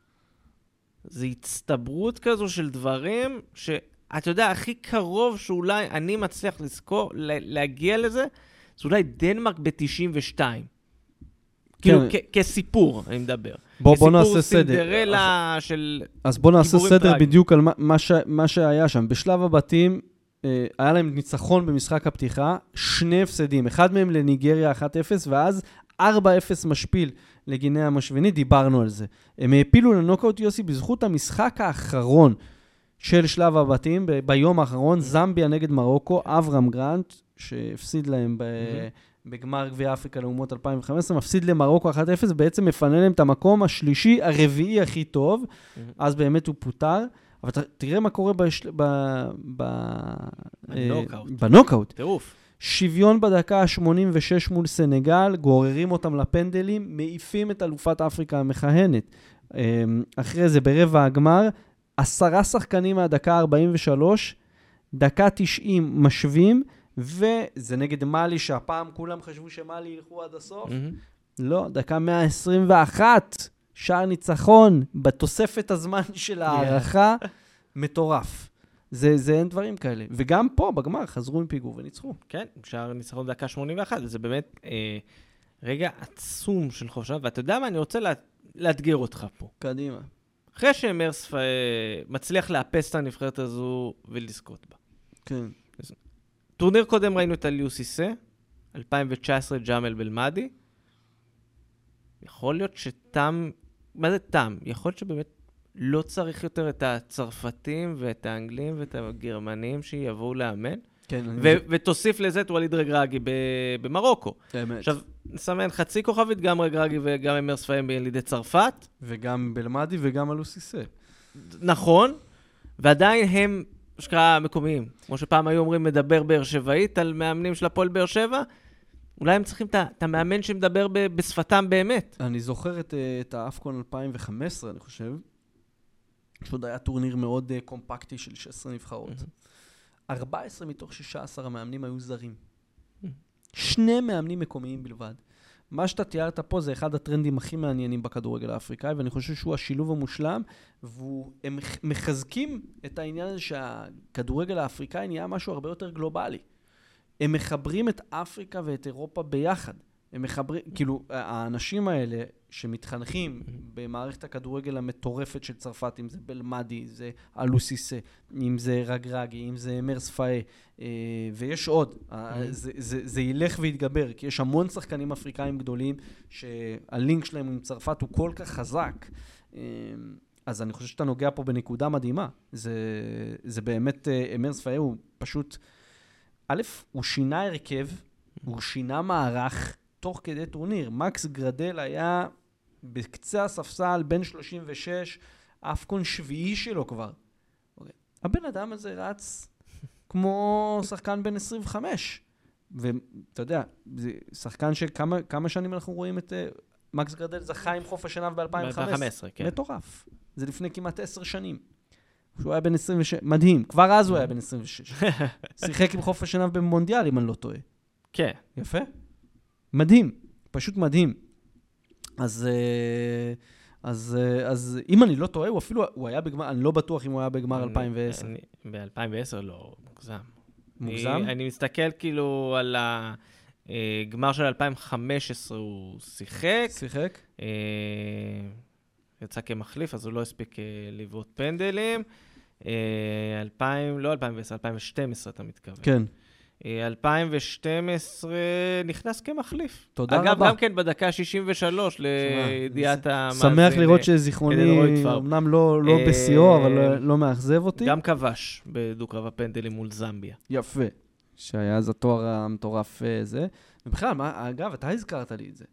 B: זה הצטברות כזו של דברים ש... אתה יודע, הכי קרוב שאולי אני מצליח לזכור, להגיע לזה, זה אולי דנמרק ב-תשעים ושתיים. כאילו, כסיפור, אני מדבר.
A: בוא נעשה סדר.
B: כסיפור סינדרלה של...
A: אז בוא נעשה סדר בדיוק על מה שהיה שם. בשלב הבתים, היה להם ניצחון במשחק הפתיחה, שני הפסדים, אחד מהם לניגריה אחת אפס, ואז ארבע אפס משפיל לגינאה המשווינית, דיברנו על זה. הם העפילו לנוקאוט יוסי בזכות המשחק האחרון, של שלב הבתים, ב- ביום האחרון, זמביה נגד מרוקו, אברהם גרנט, שהפסיד להם ב- mm-hmm. בגמר גביע אפריקה לאומות אלפיים וחמש עשרה, מפסיד למרוקו אחת אפס, בעצם מפנה להם את המקום השלישי, הרביעי הכי טוב, mm-hmm. אז באמת הוא פוטר, אבל ת- תראה מה קורה בשל... ב... ב...
B: בנוקאוט.
A: אה, בנוקאוט.
B: טירוף.
A: שוויון בדקה ה-שמונים ושש מול סנגל, גוררים אותם לפנדלים, מעיפים את אלופת אפריקה המכהנת. אחרי זה, ברבע הגמר, עשרה שחקנים מהדקה ארבעים ושלוש, דקה תשעים משווים, וזה נגד מאלי, שהפעם כולם חשבו שמאלי ילכו עד הסוף. Mm-hmm. לא, דקה מאה עשרים ואחת, שער ניצחון, בתוספת הזמן של הערכה, yeah. מטורף. זה, זה אין דברים כאלה. וגם פה, בגמר, חזרו עם פיגור וניצחו.
B: כן, שער ניצחון דקה שמונים ואחת, וזה באמת אה, רגע עצום של חופשה, ואתה יודע מה, אני רוצה לה, לאתגר אותך פה.
A: קדימה.
B: אחרי שאמר ספאי מצליח לאפס את הנבחרת הזו ולזכות בה.
A: כן.
B: טורניר קודם ראינו את אליו סיסה, אלפיים תשע עשרה ג'אמל בלמדי. יכול להיות שתם, מה זה תם? יכול להיות שבאמת לא צריך יותר את הצרפתים ואת האנגלים ואת הגרמנים שיבואו לאמן.
A: כן.
B: ו- ותוסיף לזה את וליד רגרגי ב- במרוקו.
A: באמת.
B: עכשיו, נסמן חצי כוכבית, גם רגרגי וגם אמר ספאי בילידי צרפת.
A: וגם בלמדי וגם אלו סיסה.
B: נכון, ועדיין הם שקרה מקומיים. כמו שפעם היו אומרים, מדבר באר שבעית על מאמנים של הפועל באר שבע, אולי הם צריכים את המאמן שמדבר ב- בשפתם באמת.
A: אני זוכר את, את האפקון אלפיים וחמש עשרה, אני חושב, שעוד היה טורניר מאוד uh, קומפקטי של שש עשרה נבחרות. Mm-hmm. ארבע עשרה מתוך שישה עשר המאמנים היו זרים. Mm-hmm. שני מאמנים מקומיים בלבד. מה שאתה תיארת פה זה אחד הטרנדים הכי מעניינים בכדורגל האפריקאי, ואני חושב שהוא השילוב המושלם, והם מחזקים את העניין הזה שהכדורגל האפריקאי נהיה משהו הרבה יותר גלובלי. הם מחברים את אפריקה ואת אירופה ביחד. הם מחברים, כאילו, האנשים האלה שמתחנכים במערכת הכדורגל המטורפת של צרפת, אם זה בלמדי, זה אלו סיסה, אם זה רגרגי, אם זה אמר ספאי, ויש עוד. זה, זה, זה ילך ויתגבר, כי יש המון שחקנים אפריקאים גדולים, שהלינק שלהם עם צרפת הוא כל כך חזק. אז אני חושב שאתה נוגע פה בנקודה מדהימה. זה, זה באמת, אמר ספאי הוא פשוט, א', הוא שינה הרכב, הוא שינה מערך, תוך כדי טורניר. מקס גרדל היה בקצה הספסל, בין שלושים ושש, אפקון שביעי שלו כבר. הבן אדם הזה רץ כמו שחקן בן עשרים וחמש. ואתה יודע, זה שחקן שכמה כמה שנים אנחנו רואים את... מקס גרדל זכה עם חוף השנהב ב-אלפיים וחמש עשרה.
B: כן.
A: מטורף. זה לפני כמעט עשר שנים. שהוא היה בן עשרים ושש, מדהים. כבר אז הוא היה בן עשרים ושש. שיחק עם חוף השנהב במונדיאל, אם אני לא טועה.
B: כן.
A: יפה. מדהים. פשוט מדהים. אז... אז, אז אם אני לא טועה, הוא אפילו, הוא היה בגמר, אני לא בטוח אם הוא היה בגמר אלפיים ועשר.
B: ב-אלפיים ועשר לא, מוגזם.
A: מוגזם?
B: אני, אני מסתכל כאילו על הגמר של אלפיים וחמש עשרה, הוא שיחק.
A: שיחק.
B: אה, יצא כמחליף, אז הוא לא הספיק לבעוט פנדלים. אה, אלפיים, לא אלפיים ועשר, אלפיים ושתים עשרה אתה מתכוון.
A: כן.
B: אלפיים ושתים עשרה נכנס כמחליף.
A: תודה
B: אגב,
A: רבה.
B: גם כן בדקה שישים ושלוש לידיעת המאזין.
A: שמח לראות שזיכרוני אמנם לא, לא בסיוע, אבל לא, לא מאכזב אותי.
B: גם כבש בדו-קרב הפנדלים מול זמביה.
A: יפה. שהיה אז התואר המטורף זה. ובכלל, מה, אגב, אתה הזכרת לי את זה,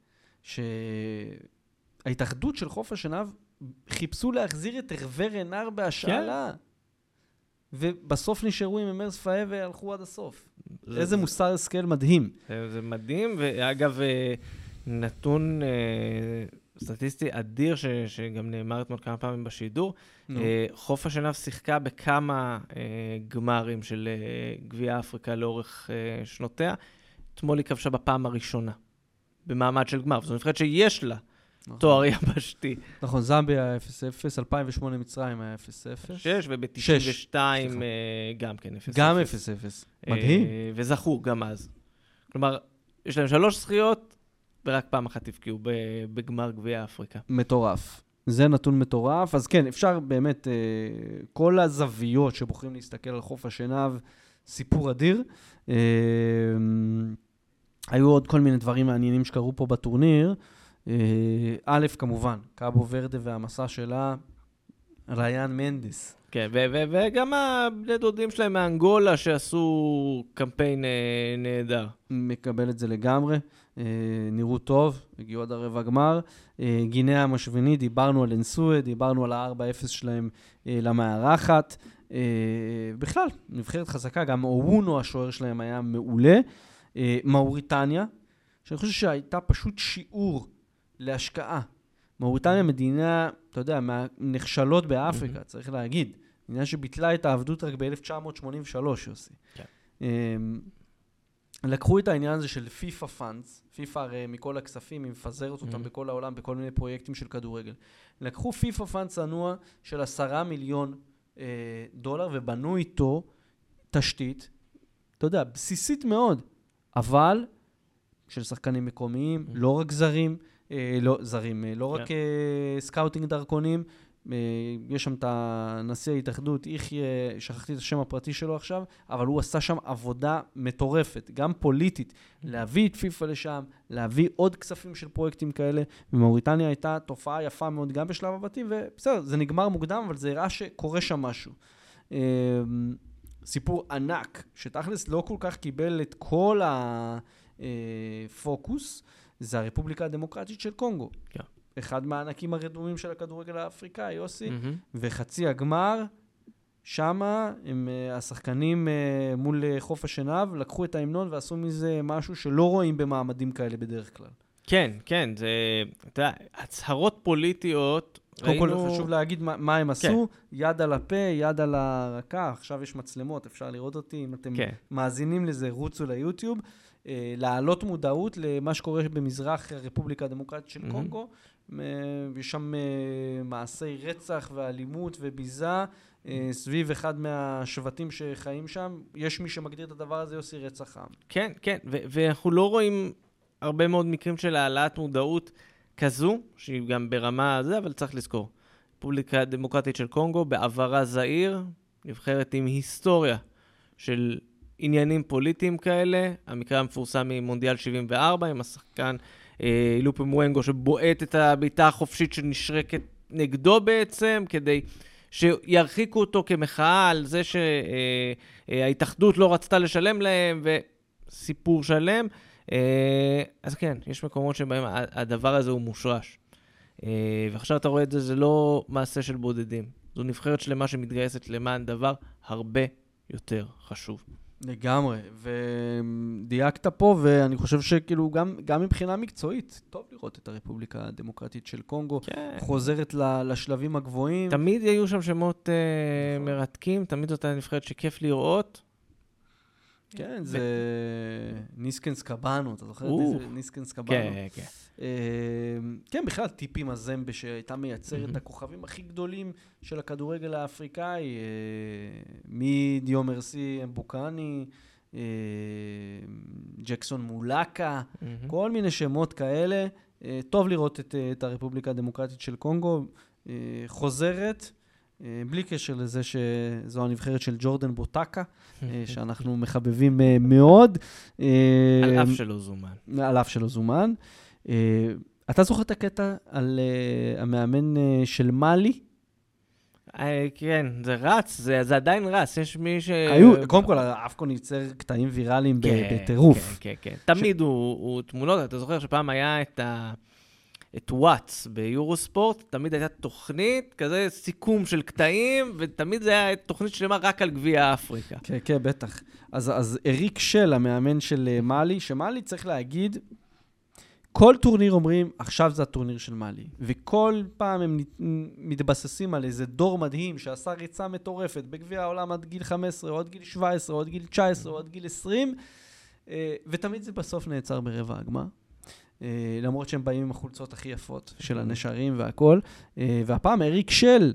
A: שההתאחדות של חוף השנהב חיפשו להחזיר את רווה רנר בהשאלה. כן. ובסוף נשארו עם אמר ספאי והלכו עד הסוף. איזה מוסר השכל מדהים.
B: זה מדהים, ואגב, נתון סטטיסטי אדיר, שגם נאמר אתמול כמה פעמים בשידור, חוף השנהב שיחקה בכמה גמרים של גביע אפריקה לאורך שנותיה, אתמול היא כבשה בפעם הראשונה, במעמד של גמר, וזו נבחרת שיש לה תואר יבשתי.
A: נכון, זמביה היה אפס אפס, אלפיים ושמונה מצרים היה אפס אפס.
B: שש, וב-תשעים ושתיים גם כן אפס אפס.
A: גם אפס אפס. מדהים.
B: וזכו גם אז. כלומר, יש להם שלוש זכיות, ורק פעם אחת תפקיעו בגמר גביע אפריקה.
A: מטורף. זה נתון מטורף. אז כן, אפשר באמת, כל הזוויות שבוחרים להסתכל על חוף השנהב, סיפור אדיר. היו עוד כל מיני דברים מעניינים שקרו פה בטורניר. א', כמובן, קאבו ורדה והמסע שלה, ריאן מנדס.
B: כן, וגם הבני דודים שלהם מאנגולה שעשו קמפיין נהדר.
A: מקבל את זה לגמרי, נראו טוב, הגיעו עד הרבע גמר. גינאה המשווני, דיברנו על אנסואה, דיברנו על ה-ארבע אפס שלהם למארחת. בכלל, נבחרת חזקה, גם אורונו, השוער שלהם, היה מעולה. מאוריטניה, שאני חושב שהייתה פשוט שיעור להשקעה. מאוריטניה מדינה, אתה יודע, מהנחשלות באפריקה, mm-hmm. צריך להגיד. מדינה שביטלה את העבדות רק ב-אלף תשע מאות שמונים ושלוש, יוסי. Okay. לקחו את העניין הזה של פיפה פאנדס, פיפה הרי מכל הכספים, היא מפזרת אותם mm-hmm. בכל העולם, בכל מיני פרויקטים של כדורגל. לקחו פיפה פאנדס צנוע של עשרה מיליון אה, דולר, ובנו איתו תשתית, אתה יודע, בסיסית מאוד, אבל של שחקנים מקומיים, mm-hmm. לא רק זרים, אה, לא, זרים, אה, לא yeah. רק אה, סקאוטינג דרכונים, אה, יש שם את הנשיא ההתאחדות, יחיה, שכחתי את השם הפרטי שלו עכשיו, אבל הוא עשה שם עבודה מטורפת, גם פוליטית, mm-hmm. להביא את פיפה לשם, להביא עוד כספים של פרויקטים כאלה, ומאוריטניה הייתה תופעה יפה מאוד גם בשלב הבתים, ובסדר, זה נגמר מוקדם, אבל זה הראה שקורה שם משהו. אה, סיפור ענק, שתכלס לא כל כך קיבל את כל הפוקוס, זה הרפובליקה הדמוקרטית של קונגו.
B: כן.
A: אחד מהענקים הרדומים של הכדורגל האפריקאי, יוסי, mm-hmm. וחצי הגמר, שמה הם השחקנים מול חוף השנהב, לקחו את ההמנון ועשו מזה משהו שלא רואים במעמדים כאלה בדרך כלל.
B: כן, כן, זה, אתה יודע, הצהרות פוליטיות,
A: קודם כל חשוב להגיד מה, מה הם עשו, כן. יד על הפה, יד על הרקה, עכשיו יש מצלמות, אפשר לראות אותי, אם אתם כן. מאזינים לזה, רוצו ליוטיוב, אה, להעלות מודעות למה שקורה במזרח הרפובליקה הדמוקרטית של mm-hmm. קונגו, אה, יש שם אה, מעשי רצח ואלימות וביזה, אה, סביב אחד מהשבטים שחיים שם, יש מי שמגדיר את הדבר הזה, יוסי רצח עם.
B: כן, כן, ו- ואנחנו לא רואים הרבה מאוד מקרים של העלאת מודעות, כזו, שהיא גם ברמה הזה, אבל צריך לזכור. רפובליקה הדמוקרטית של קונגו, בעברה זעיר, נבחרת עם היסטוריה של עניינים פוליטיים כאלה. המקרה המפורסם ממונדיאל שבעים וארבע, עם השחקן אה, אילופו מואנגו, שבועט את הביתה החופשית שנשרקת נגדו בעצם, כדי שירחיקו אותו כמחאה על זה שההתאחדות אה, אה, לא רצתה לשלם להם, וסיפור שלם. Uh, אז כן, יש מקומות שבהם הדבר הזה הוא מושרש. ועכשיו אתה רואה את זה, זה לא מעשה של בודדים. זו נבחרת שלמה שמתגייסת למען דבר הרבה יותר חשוב.
A: לגמרי, ודייקת פה, ואני חושב שכאילו גם, גם מבחינה מקצועית, טוב לראות את הרפובליקה הדמוקרטית של קונגו, כן. חוזרת לשלבים הגבוהים.
B: תמיד היו שם שמות uh, מרתקים, תמיד זאת נבחרת שכיף לראות.
A: כן, זה ניסקנס קבאנו, אתה זוכר את זה? ניסקנס קבאנו.
B: כן, כן.
A: כן, בכלל, טיפי מזמבה שהייתה מייצרת את הכוכבים הכי גדולים של הכדורגל האפריקאי, מדיו מרסי אמבוקני, ג'קסון מולקה, כל מיני שמות כאלה. טוב לראות את הרפובליקה הדמוקרטית של קונגו, חוזרת, בלי קשר לזה שזו הנבחרת של ג'ורדן בוטקה, שאנחנו מחבבים מאוד.
B: על אף שלא זומן.
A: על אף שלא זומן. אתה זוכר את הקטע על המאמן של מאלי?
B: כן, זה רץ, זה עדיין רץ, יש מי ש...
A: קודם כל, האפקון ייצר קטעים ויראליים בטירוף.
B: כן, כן, כן. תמיד הוא תמונות, אתה זוכר שפעם היה את ה... את וואטס ביורוספורט, תמיד הייתה תוכנית, כזה סיכום של קטעים, ותמיד זה היה תוכנית שלמה רק על גביע אפריקה.
A: כן, כן, בטח. אז, אז אריק של, המאמן של מאלי, שמאלי צריך להגיד, כל טורניר אומרים, עכשיו זה הטורניר של מאלי, וכל פעם הם מתבססים על איזה דור מדהים, שעשה ריצה מטורפת, בגביע העולם עד גיל חמש עשרה, או עד גיל שבע עשרה, או עד גיל תשע עשרה, או עד גיל עשרים, ותמיד זה בסוף נעצר ברבע הגמר. למרות שהם באים עם החולצות הכי יפות של הנשרים והכל. והפעם אריק של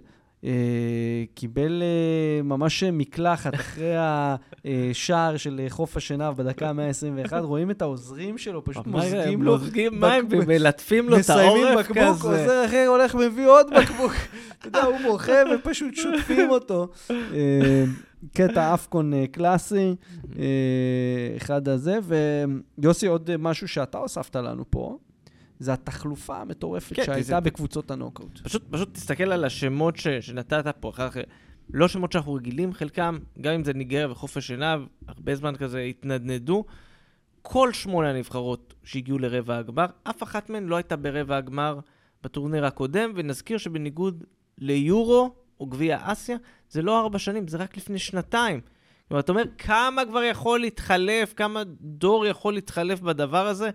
A: קיבל ממש מקלחת אחרי השער של חוף השנהב בדקה מאה עשרים ואחת. רואים את העוזרים שלו, פשוט מוזגים לו.
B: מוזגים מים ומלטפים לו את העורף כזה.
A: בקבוק, עוזר אחר הולך מביא עוד בקבוק. אתה יודע, הוא מורחב ופשוט שוטפים אותו. קטע אפקון קלאסי, אחד הזה, ויוסי, עוד משהו שאתה הוספת לנו פה, זה התחלופה המטורפת שהייתה בקבוצות הנוקאוט.
B: פשוט תסתכל על השמות שנתת פה, לא שמות שאנחנו רגילים, חלקם, גם אם זה ניגריה וחוף השנהב, הרבה זמן כזה התנדנדו, כל שמונה הנבחרות שהגיעו לרבע הגמר, אף אחת מהן לא הייתה ברבע הגמר בטורניר הקודם, ונזכיר שבניגוד ליורו, או גביע אסיה, זה לא ארבע שנים, זה רק לפני שנתיים. כלומר, אתה אומר, כמה כבר יכול להתחלף, כמה דור יכול להתחלף בדבר הזה,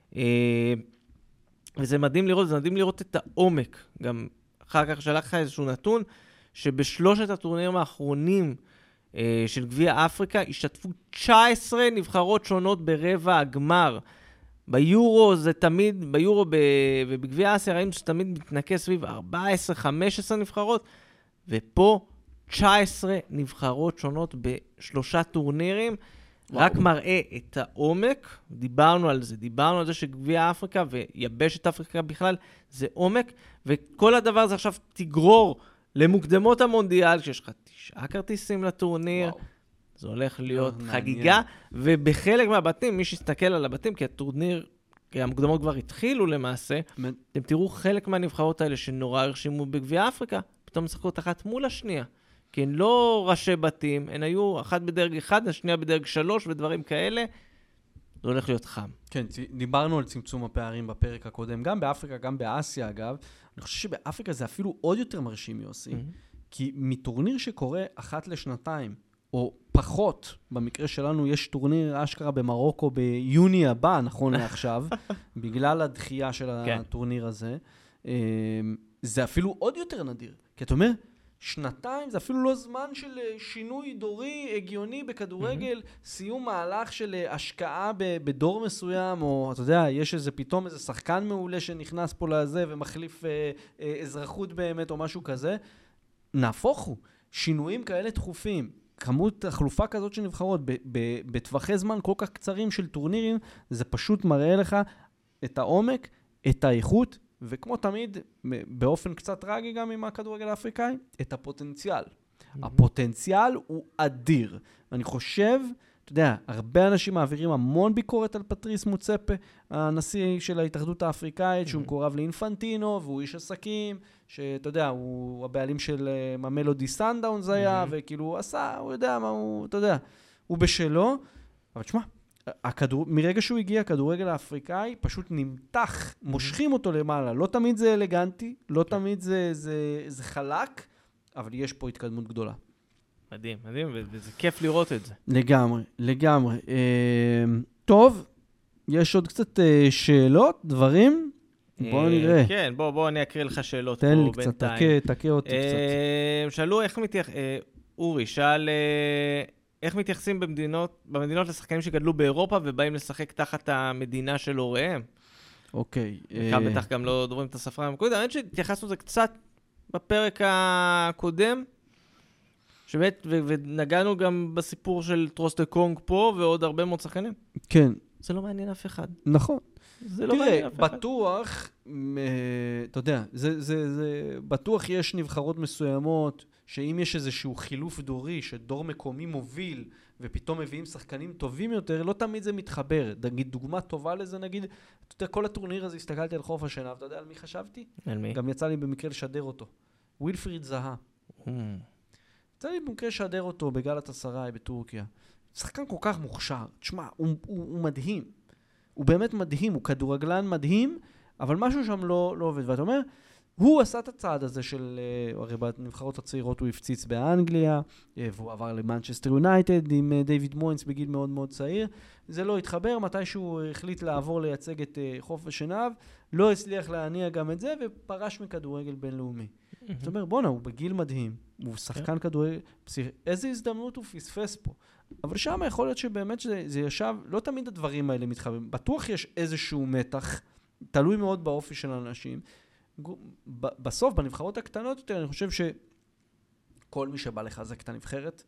B: וזה מדהים לראות, זה מדהים לראות את העומק. גם אחר כך שלח לך איזשהו נתון, שבשלושת הטורנירים האחרונים של גביע אפריקה, השתתפו תשע עשרה נבחרות שונות ברבע הגמר. ביורו זה תמיד, ביורו ובגביע אסיה ראינו שתמיד מתנקס סביב ארבע עשרה חמש עשרה נבחרות, ופה תשע עשרה נבחרות שונות בשלושה טורנירים, וואו. רק מראה את העומק, דיברנו על זה, דיברנו על זה שגביע אפריקה ויבשת אפריקה בכלל זה עומק, וכל הדבר הזה עכשיו תגרור למוקדמות המונדיאל, כשיש לך תשעה כרטיסים לטורניר, וואו. זה הולך להיות חגיגה, ובחלק מהבתים, מי שיסתכל על הבתים, כי הטורניר, כי המוקדמות כבר התחילו למעשה, אתם תראו חלק מהנבחרות האלה שנורא הרשימו בגביע אפריקה, פתאום משחקות אחת מול השנייה. כי הן לא ראשי בתים, הן היו אחת בדרג אחד, השנייה בדרג שלוש ודברים כאלה. זה הולך להיות חם.
A: כן, דיברנו על צמצום הפערים בפרק הקודם, גם באפריקה, גם באסיה אגב. אני חושב שבאפריקה זה אפילו עוד יותר מרשים, יוסי. Mm-hmm. כי מטורניר שקורה אחת לשנתיים, או פחות, במקרה שלנו יש טורניר אשכרה במרוקו ביוני הבא, נכון לעכשיו, בגלל הדחייה של הטורניר הזה. זה אפילו עוד יותר נדיר. כי אתה אומר, שנתיים זה אפילו לא זמן של שינוי דורי הגיוני בכדורגל, mm-hmm. סיום מהלך של השקעה בדור מסוים, או אתה יודע, יש איזה פתאום איזה שחקן מעולה שנכנס פה לזה ומחליף אה, אה, אזרחות באמת או משהו כזה. נהפוך הוא, שינויים כאלה תכופים, כמות החלופה כזאת של נבחרות בטווחי זמן כל כך קצרים של טורנירים, זה פשוט מראה לך את העומק, את האיכות, וכמו תמיד, באופן קצת טרגי גם עם הכדורגל האפריקאי, את הפוטנציאל. Mm-hmm. הפוטנציאל הוא אדיר. אני חושב, אתה יודע, הרבה אנשים מעבירים המון ביקורת על פטריס מוצפה, הנשיא של ההתאחדות האפריקאית, mm-hmm. שהוא מקורב לאינפנטינו, והוא איש עסקים, שאתה יודע, הוא הבעלים של המלודי סנדאונס היה, mm-hmm. וכאילו הוא עשה, הוא יודע מה הוא, אתה יודע, הוא בשלו. אבל תשמע, הכדור, מרגע שהוא הגיע, הכדורגל האפריקאי פשוט נמתח, מושכים אותו למעלה. לא תמיד זה אלגנטי, לא תמיד זה, זה, זה חלק, אבל יש פה התקדמות גדולה.
B: מדהים, מדהים, וזה כיף לראות את זה.
A: לגמרי, לגמרי. אה, טוב, יש עוד קצת אה, שאלות, דברים? בואו נראה.
B: כן, בוא, בוא אני אקריא לך שאלות פה
A: תן
B: בינתיים.
A: לי קצת, תקה, תקה אותי
B: אה, קצת. שאלו איך מתייח... אה, אורי, שאל אה, איך מתייחסים במדינות, במדינות לשחקנים שגדלו באירופה ובאים לשחק תחת המדינה של הוריהם.
A: אוקיי.
B: כאן בטח גם לא דוברים את השפה המקודית, האמת שהתייחסנו לזה קצת בפרק הקודם, שבאמת, ו- ונגענו גם בסיפור של טרוסטה קונג פה, ועוד הרבה מאוד שחקנים.
A: כן.
B: זה לא מעניין אף אחד.
A: נכון.
B: זה לא מעניין אף אחד.
A: תראה, בטוח, אתה יודע, זה, זה, זה, בטוח יש נבחרות מסוימות, שאם יש איזשהו חילוף דורי, שדור מקומי מוביל, ופתאום מביאים שחקנים טובים יותר, לא תמיד זה מתחבר. נגיד, דוגמה טובה לזה, נגיד, אתה יודע, כל הטורניר הזה, הסתכלתי על חוף השנה, אתה יודע על מי חשבתי?
B: על מי?
A: גם יצא לי במקרה לשדר אותו. ווילפריד זהה. יצא לי במקרה לשדר אותו בגלת הסראי בטורקיה. שחקן כל כך מוכשר. תשמע, הוא, הוא, הוא מדהים. הוא באמת מדהים, הוא כדורגלן מדהים, אבל משהו שם לא, לא עובד. ואתה אומר, הוא עשה את הצעד הזה של, הרי בנבחרות הצעירות הוא הפציץ באנגליה, והוא עבר למנצ'סטר יונייטד עם דיוויד מוינס בגיל מאוד מאוד צעיר. זה לא התחבר, מתי שהוא החליט לעבור לייצג את חוף השנהב, לא הצליח להניע גם את זה, ופרש מכדורגל בינלאומי. זאת אומרת, בונה, הוא בגיל מדהים, הוא שחקן כדורגל, איזה הזדמנות הוא פספס פה. אבל שם יכול להיות שבאמת שזה ישב, לא תמיד הדברים האלה מתחברים. בטוח יש איזשהו מתח, תלוי מאוד באופי של האנשים. בסוף, בנבחרות הקטנות יותר, אני חושב שכל מי שבא לחזק את הנבחרת,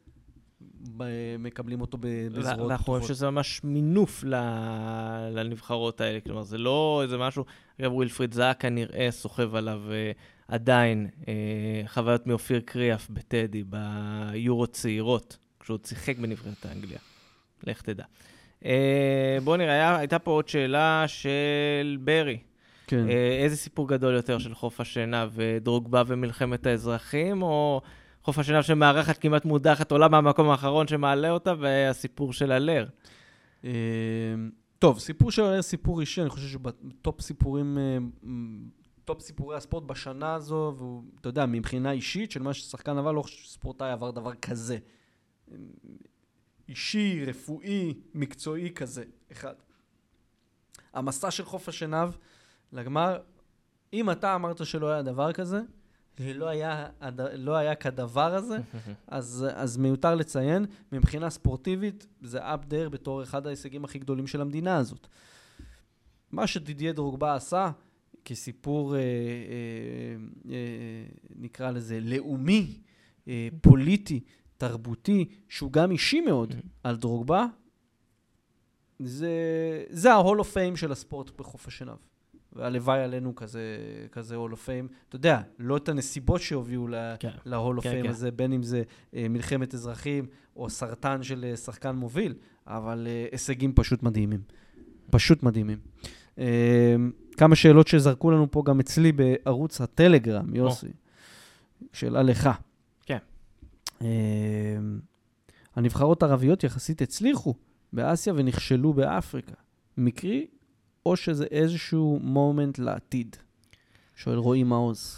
A: מקבלים אותו בזרועות פתוחות.
B: אנחנו חושב שזה ממש מינוף לנבחרות האלה. כלומר, זה לא איזה משהו, אגב, ווילפריד זהה כנראה סוחב עליו עדיין חוויות מאופיר קריאף בטדי, ביורו צעירות, כשהוא שיחק בנבחרת האנגליה. לך תדע. בואו נראה, הייתה פה עוד שאלה של ברי.
A: כן.
B: איזה סיפור גדול יותר של חוף השנהב ודרוגבה ומלחמת האזרחים, או חוף השנהב שמארחת כמעט מודחת עולה מהמקום האחרון שמעלה אותה, והסיפור של הלר?
A: טוב, סיפור של הלר, סיפור אישי, אני חושב שבטופ סיפורים, טופ סיפורי הספורט בשנה הזו, ואתה יודע, מבחינה אישית של מה ששחקן עבר, לא חושב שספורטאי עבר דבר כזה. אישי, רפואי, מקצועי כזה, אחד. המסע של חוף השנהב לגמר, אם אתה אמרת שלא היה דבר כזה, לא היה, לא היה כדבר הזה, אז, אז מיותר לציין, מבחינה ספורטיבית, זה up there בתור אחד ההישגים הכי גדולים של המדינה הזאת. מה שדידיה דרוגבה עשה, כסיפור, אה, אה, אה, נקרא לזה, לאומי, אה, פוליטי, תרבותי, שהוא גם אישי מאוד על דרוגבה, זה, זה ה-Hall of Fame של הספורט בחוף השנהב. והלוואי עלינו כזה, כזה Hall of Fame. אתה יודע, לא את הנסיבות שהובילו ל-Hall of Fame הזה, בין אם זה מלחמת אזרחים או סרטן של שחקן מוביל, אבל הישגים פשוט מדהימים. פשוט מדהימים. כמה שאלות שזרקו לנו פה גם אצלי בערוץ הטלגרם, יוסי. שאלה לך.
B: כן.
A: הנבחרות הערביות יחסית הצליחו באסיה ונכשלו באפריקה. מקרי או שזה איזשהו מומנט לעתיד? שואל רועי מעוז.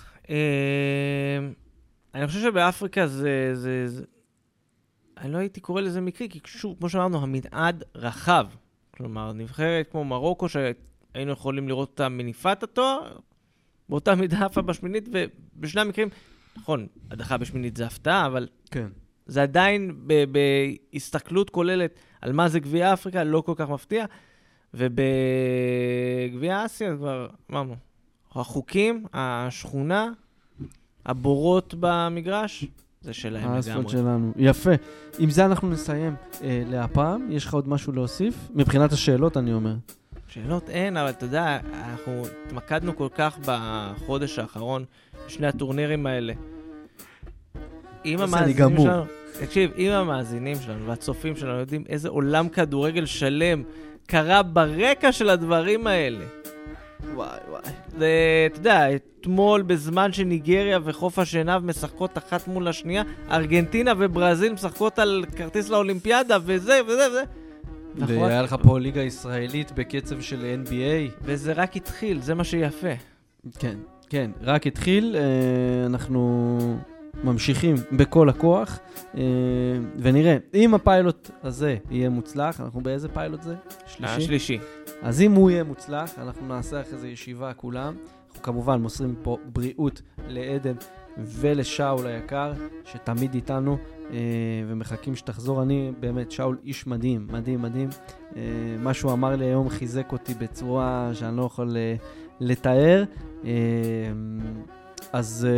B: אני חושב שבאפריקה זה, זה, זה... אני לא הייתי קורא לזה מקרי, כי שוב, כמו שאמרנו, המנעד רחב. כלומר, נבחרת כמו מרוקו, שהיינו יכולים לראות אותה מניפת התואר, באותה מידה אפה בשמינית, ובשני המקרים, נכון, הדחה בשמינית זה הפתעה, אבל
A: כן.
B: זה עדיין בהסתכלות כוללת על מה זה גביע אפריקה, לא כל כך מפתיע. ובגביע אסיה כבר אמרנו, החוקים, השכונה, הבורות במגרש, זה שלהם לגמרי.
A: האספלט שלנו. יפה. עם זה אנחנו נסיים אה, להפעם. יש לך עוד משהו להוסיף? מבחינת השאלות אני אומר.
B: שאלות אין, אבל אתה יודע, אנחנו התמקדנו כל כך בחודש האחרון, בשני הטורנירים האלה. אם המאזינים שלנו, תקשיב, אם המאזינים שלנו והצופים שלנו יודעים איזה עולם כדורגל שלם קרה ברקע של הדברים האלה.
A: וואי וואי.
B: זה, אתה יודע, אתמול בזמן שניגריה וחוף השנהב משחקות אחת מול השנייה, ארגנטינה וברזיל משחקות על כרטיס לאולימפיאדה וזה וזה וזה.
A: והיה לך פה ליגה ישראלית בקצב של אן בי איי.
B: וזה רק התחיל, זה מה שיפה.
A: כן, כן, רק התחיל, אנחנו ממשיכים בכל הכוח, ונראה, אם הפיילוט הזה יהיה מוצלח, אנחנו באיזה פיילוט זה?
B: שלישי? שלישי.
A: אז אם הוא יהיה מוצלח, אנחנו נעשה אחרי זה ישיבה כולם. אנחנו כמובן מוסרים פה בריאות לעדן ולשאול היקר, שתמיד איתנו, ומחכים שתחזור. אני באמת, שאול איש מדהים, מדהים, מדהים. מה שהוא אמר לי היום חיזק אותי בצורה שאני לא יכול לתאר. אז...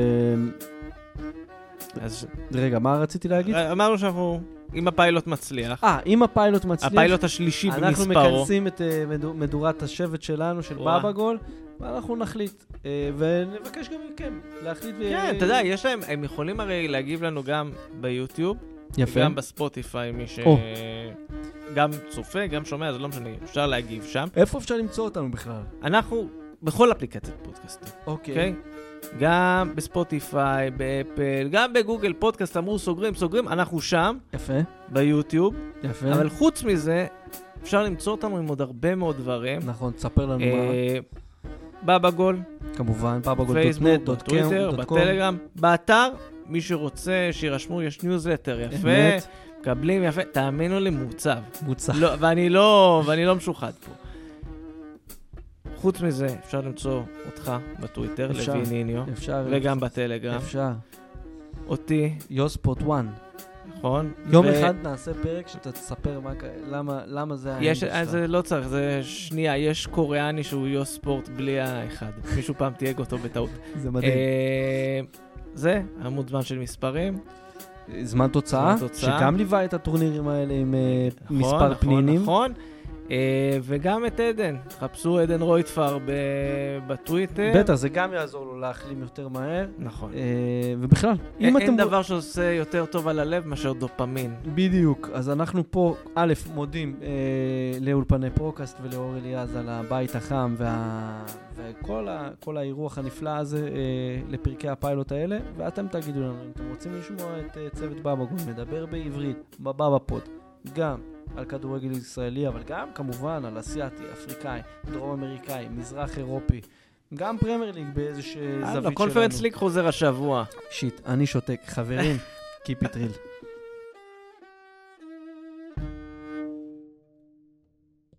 A: אז רגע, מה רציתי להגיד?
B: אמרנו שאנחנו, אם הפיילוט מצליח.
A: אה, אם הפיילוט מצליח.
B: הפיילוט השלישי במספרו.
A: אנחנו מכנסים את מדורת השבט שלנו, של בבא גול, ואנחנו נחליט. ונבקש גם מכם להחליט.
B: כן, אתה יודע, יש להם, הם יכולים הרי להגיב לנו גם ביוטיוב.
A: יפה.
B: גם בספוטיפיי, מי ש... גם צופה, גם שומע, זה לא משנה, אפשר להגיב שם.
A: איפה אפשר למצוא אותנו בכלל?
B: אנחנו בכל אפליקציית פודקאסטים.
A: אוקיי.
B: גם בספוטיפיי, באפל, גם בגוגל פודקאסט, אמרו סוגרים, סוגרים, אנחנו שם.
A: יפה.
B: ביוטיוב.
A: יפה.
B: אבל חוץ מזה, אפשר למצוא אותנו עם עוד הרבה מאוד דברים.
A: נכון, תספר לנו
B: מה. בבא גול.
A: כמובן, בבא גול דוט נט, דוט קום,
B: בטוויטר, בטלגרם, באתר. מי שרוצה שירשמו, יש ניוזלטר יפה. מקבלים יפה. תאמינו לי, מוצב.
A: מוצב.
B: ואני לא, ואני לא משוחד פה. חוץ מזה, אפשר למצוא אותך בטוויטר, לוי ניניו, וגם בטלגרם.
A: אפשר.
B: אותי.
A: יוספורט וואן.
B: נכון.
A: יום אחד נעשה פרק שאתה תספר למה זה היה.
B: זה לא צריך, זה שנייה, יש קוריאני שהוא יוספורט בלי האחד. מישהו פעם תייג אותו בטעות.
A: זה מדהים.
B: זה, עמוד זמן של מספרים.
A: זמן תוצאה, שגם ליווה את הטורנירים האלה עם מספר פנינים.
B: נכון, נכון. וגם את עדן, חפשו עדן רויטפר בטוויטר.
A: בטח, זה גם יעזור לו להחלים יותר מהר.
B: נכון.
A: ובכלל,
B: אם אתם... אין דבר שעושה יותר טוב על הלב מאשר דופמין.
A: בדיוק, אז אנחנו פה, א', מודים לאולפני פרוקאסט ולאור אליעז על הבית החם וכל האירוח הנפלא הזה לפרקי הפיילוט האלה, ואתם תגידו לנו, אם אתם רוצים לשמוע את צוות בבא גול, מדבר בעברית, בבא פוד, גם על כדורגל ישראלי, אבל גם כמובן על אסיאטי, אפריקאי, דרום אמריקאי, מזרח אירופי, גם פרמייר ליג באיזושהי זווית שלנו.
B: הקונפרנס ליג חוזר השבוע.
A: שיט, אני שותק. חברים, keep it real.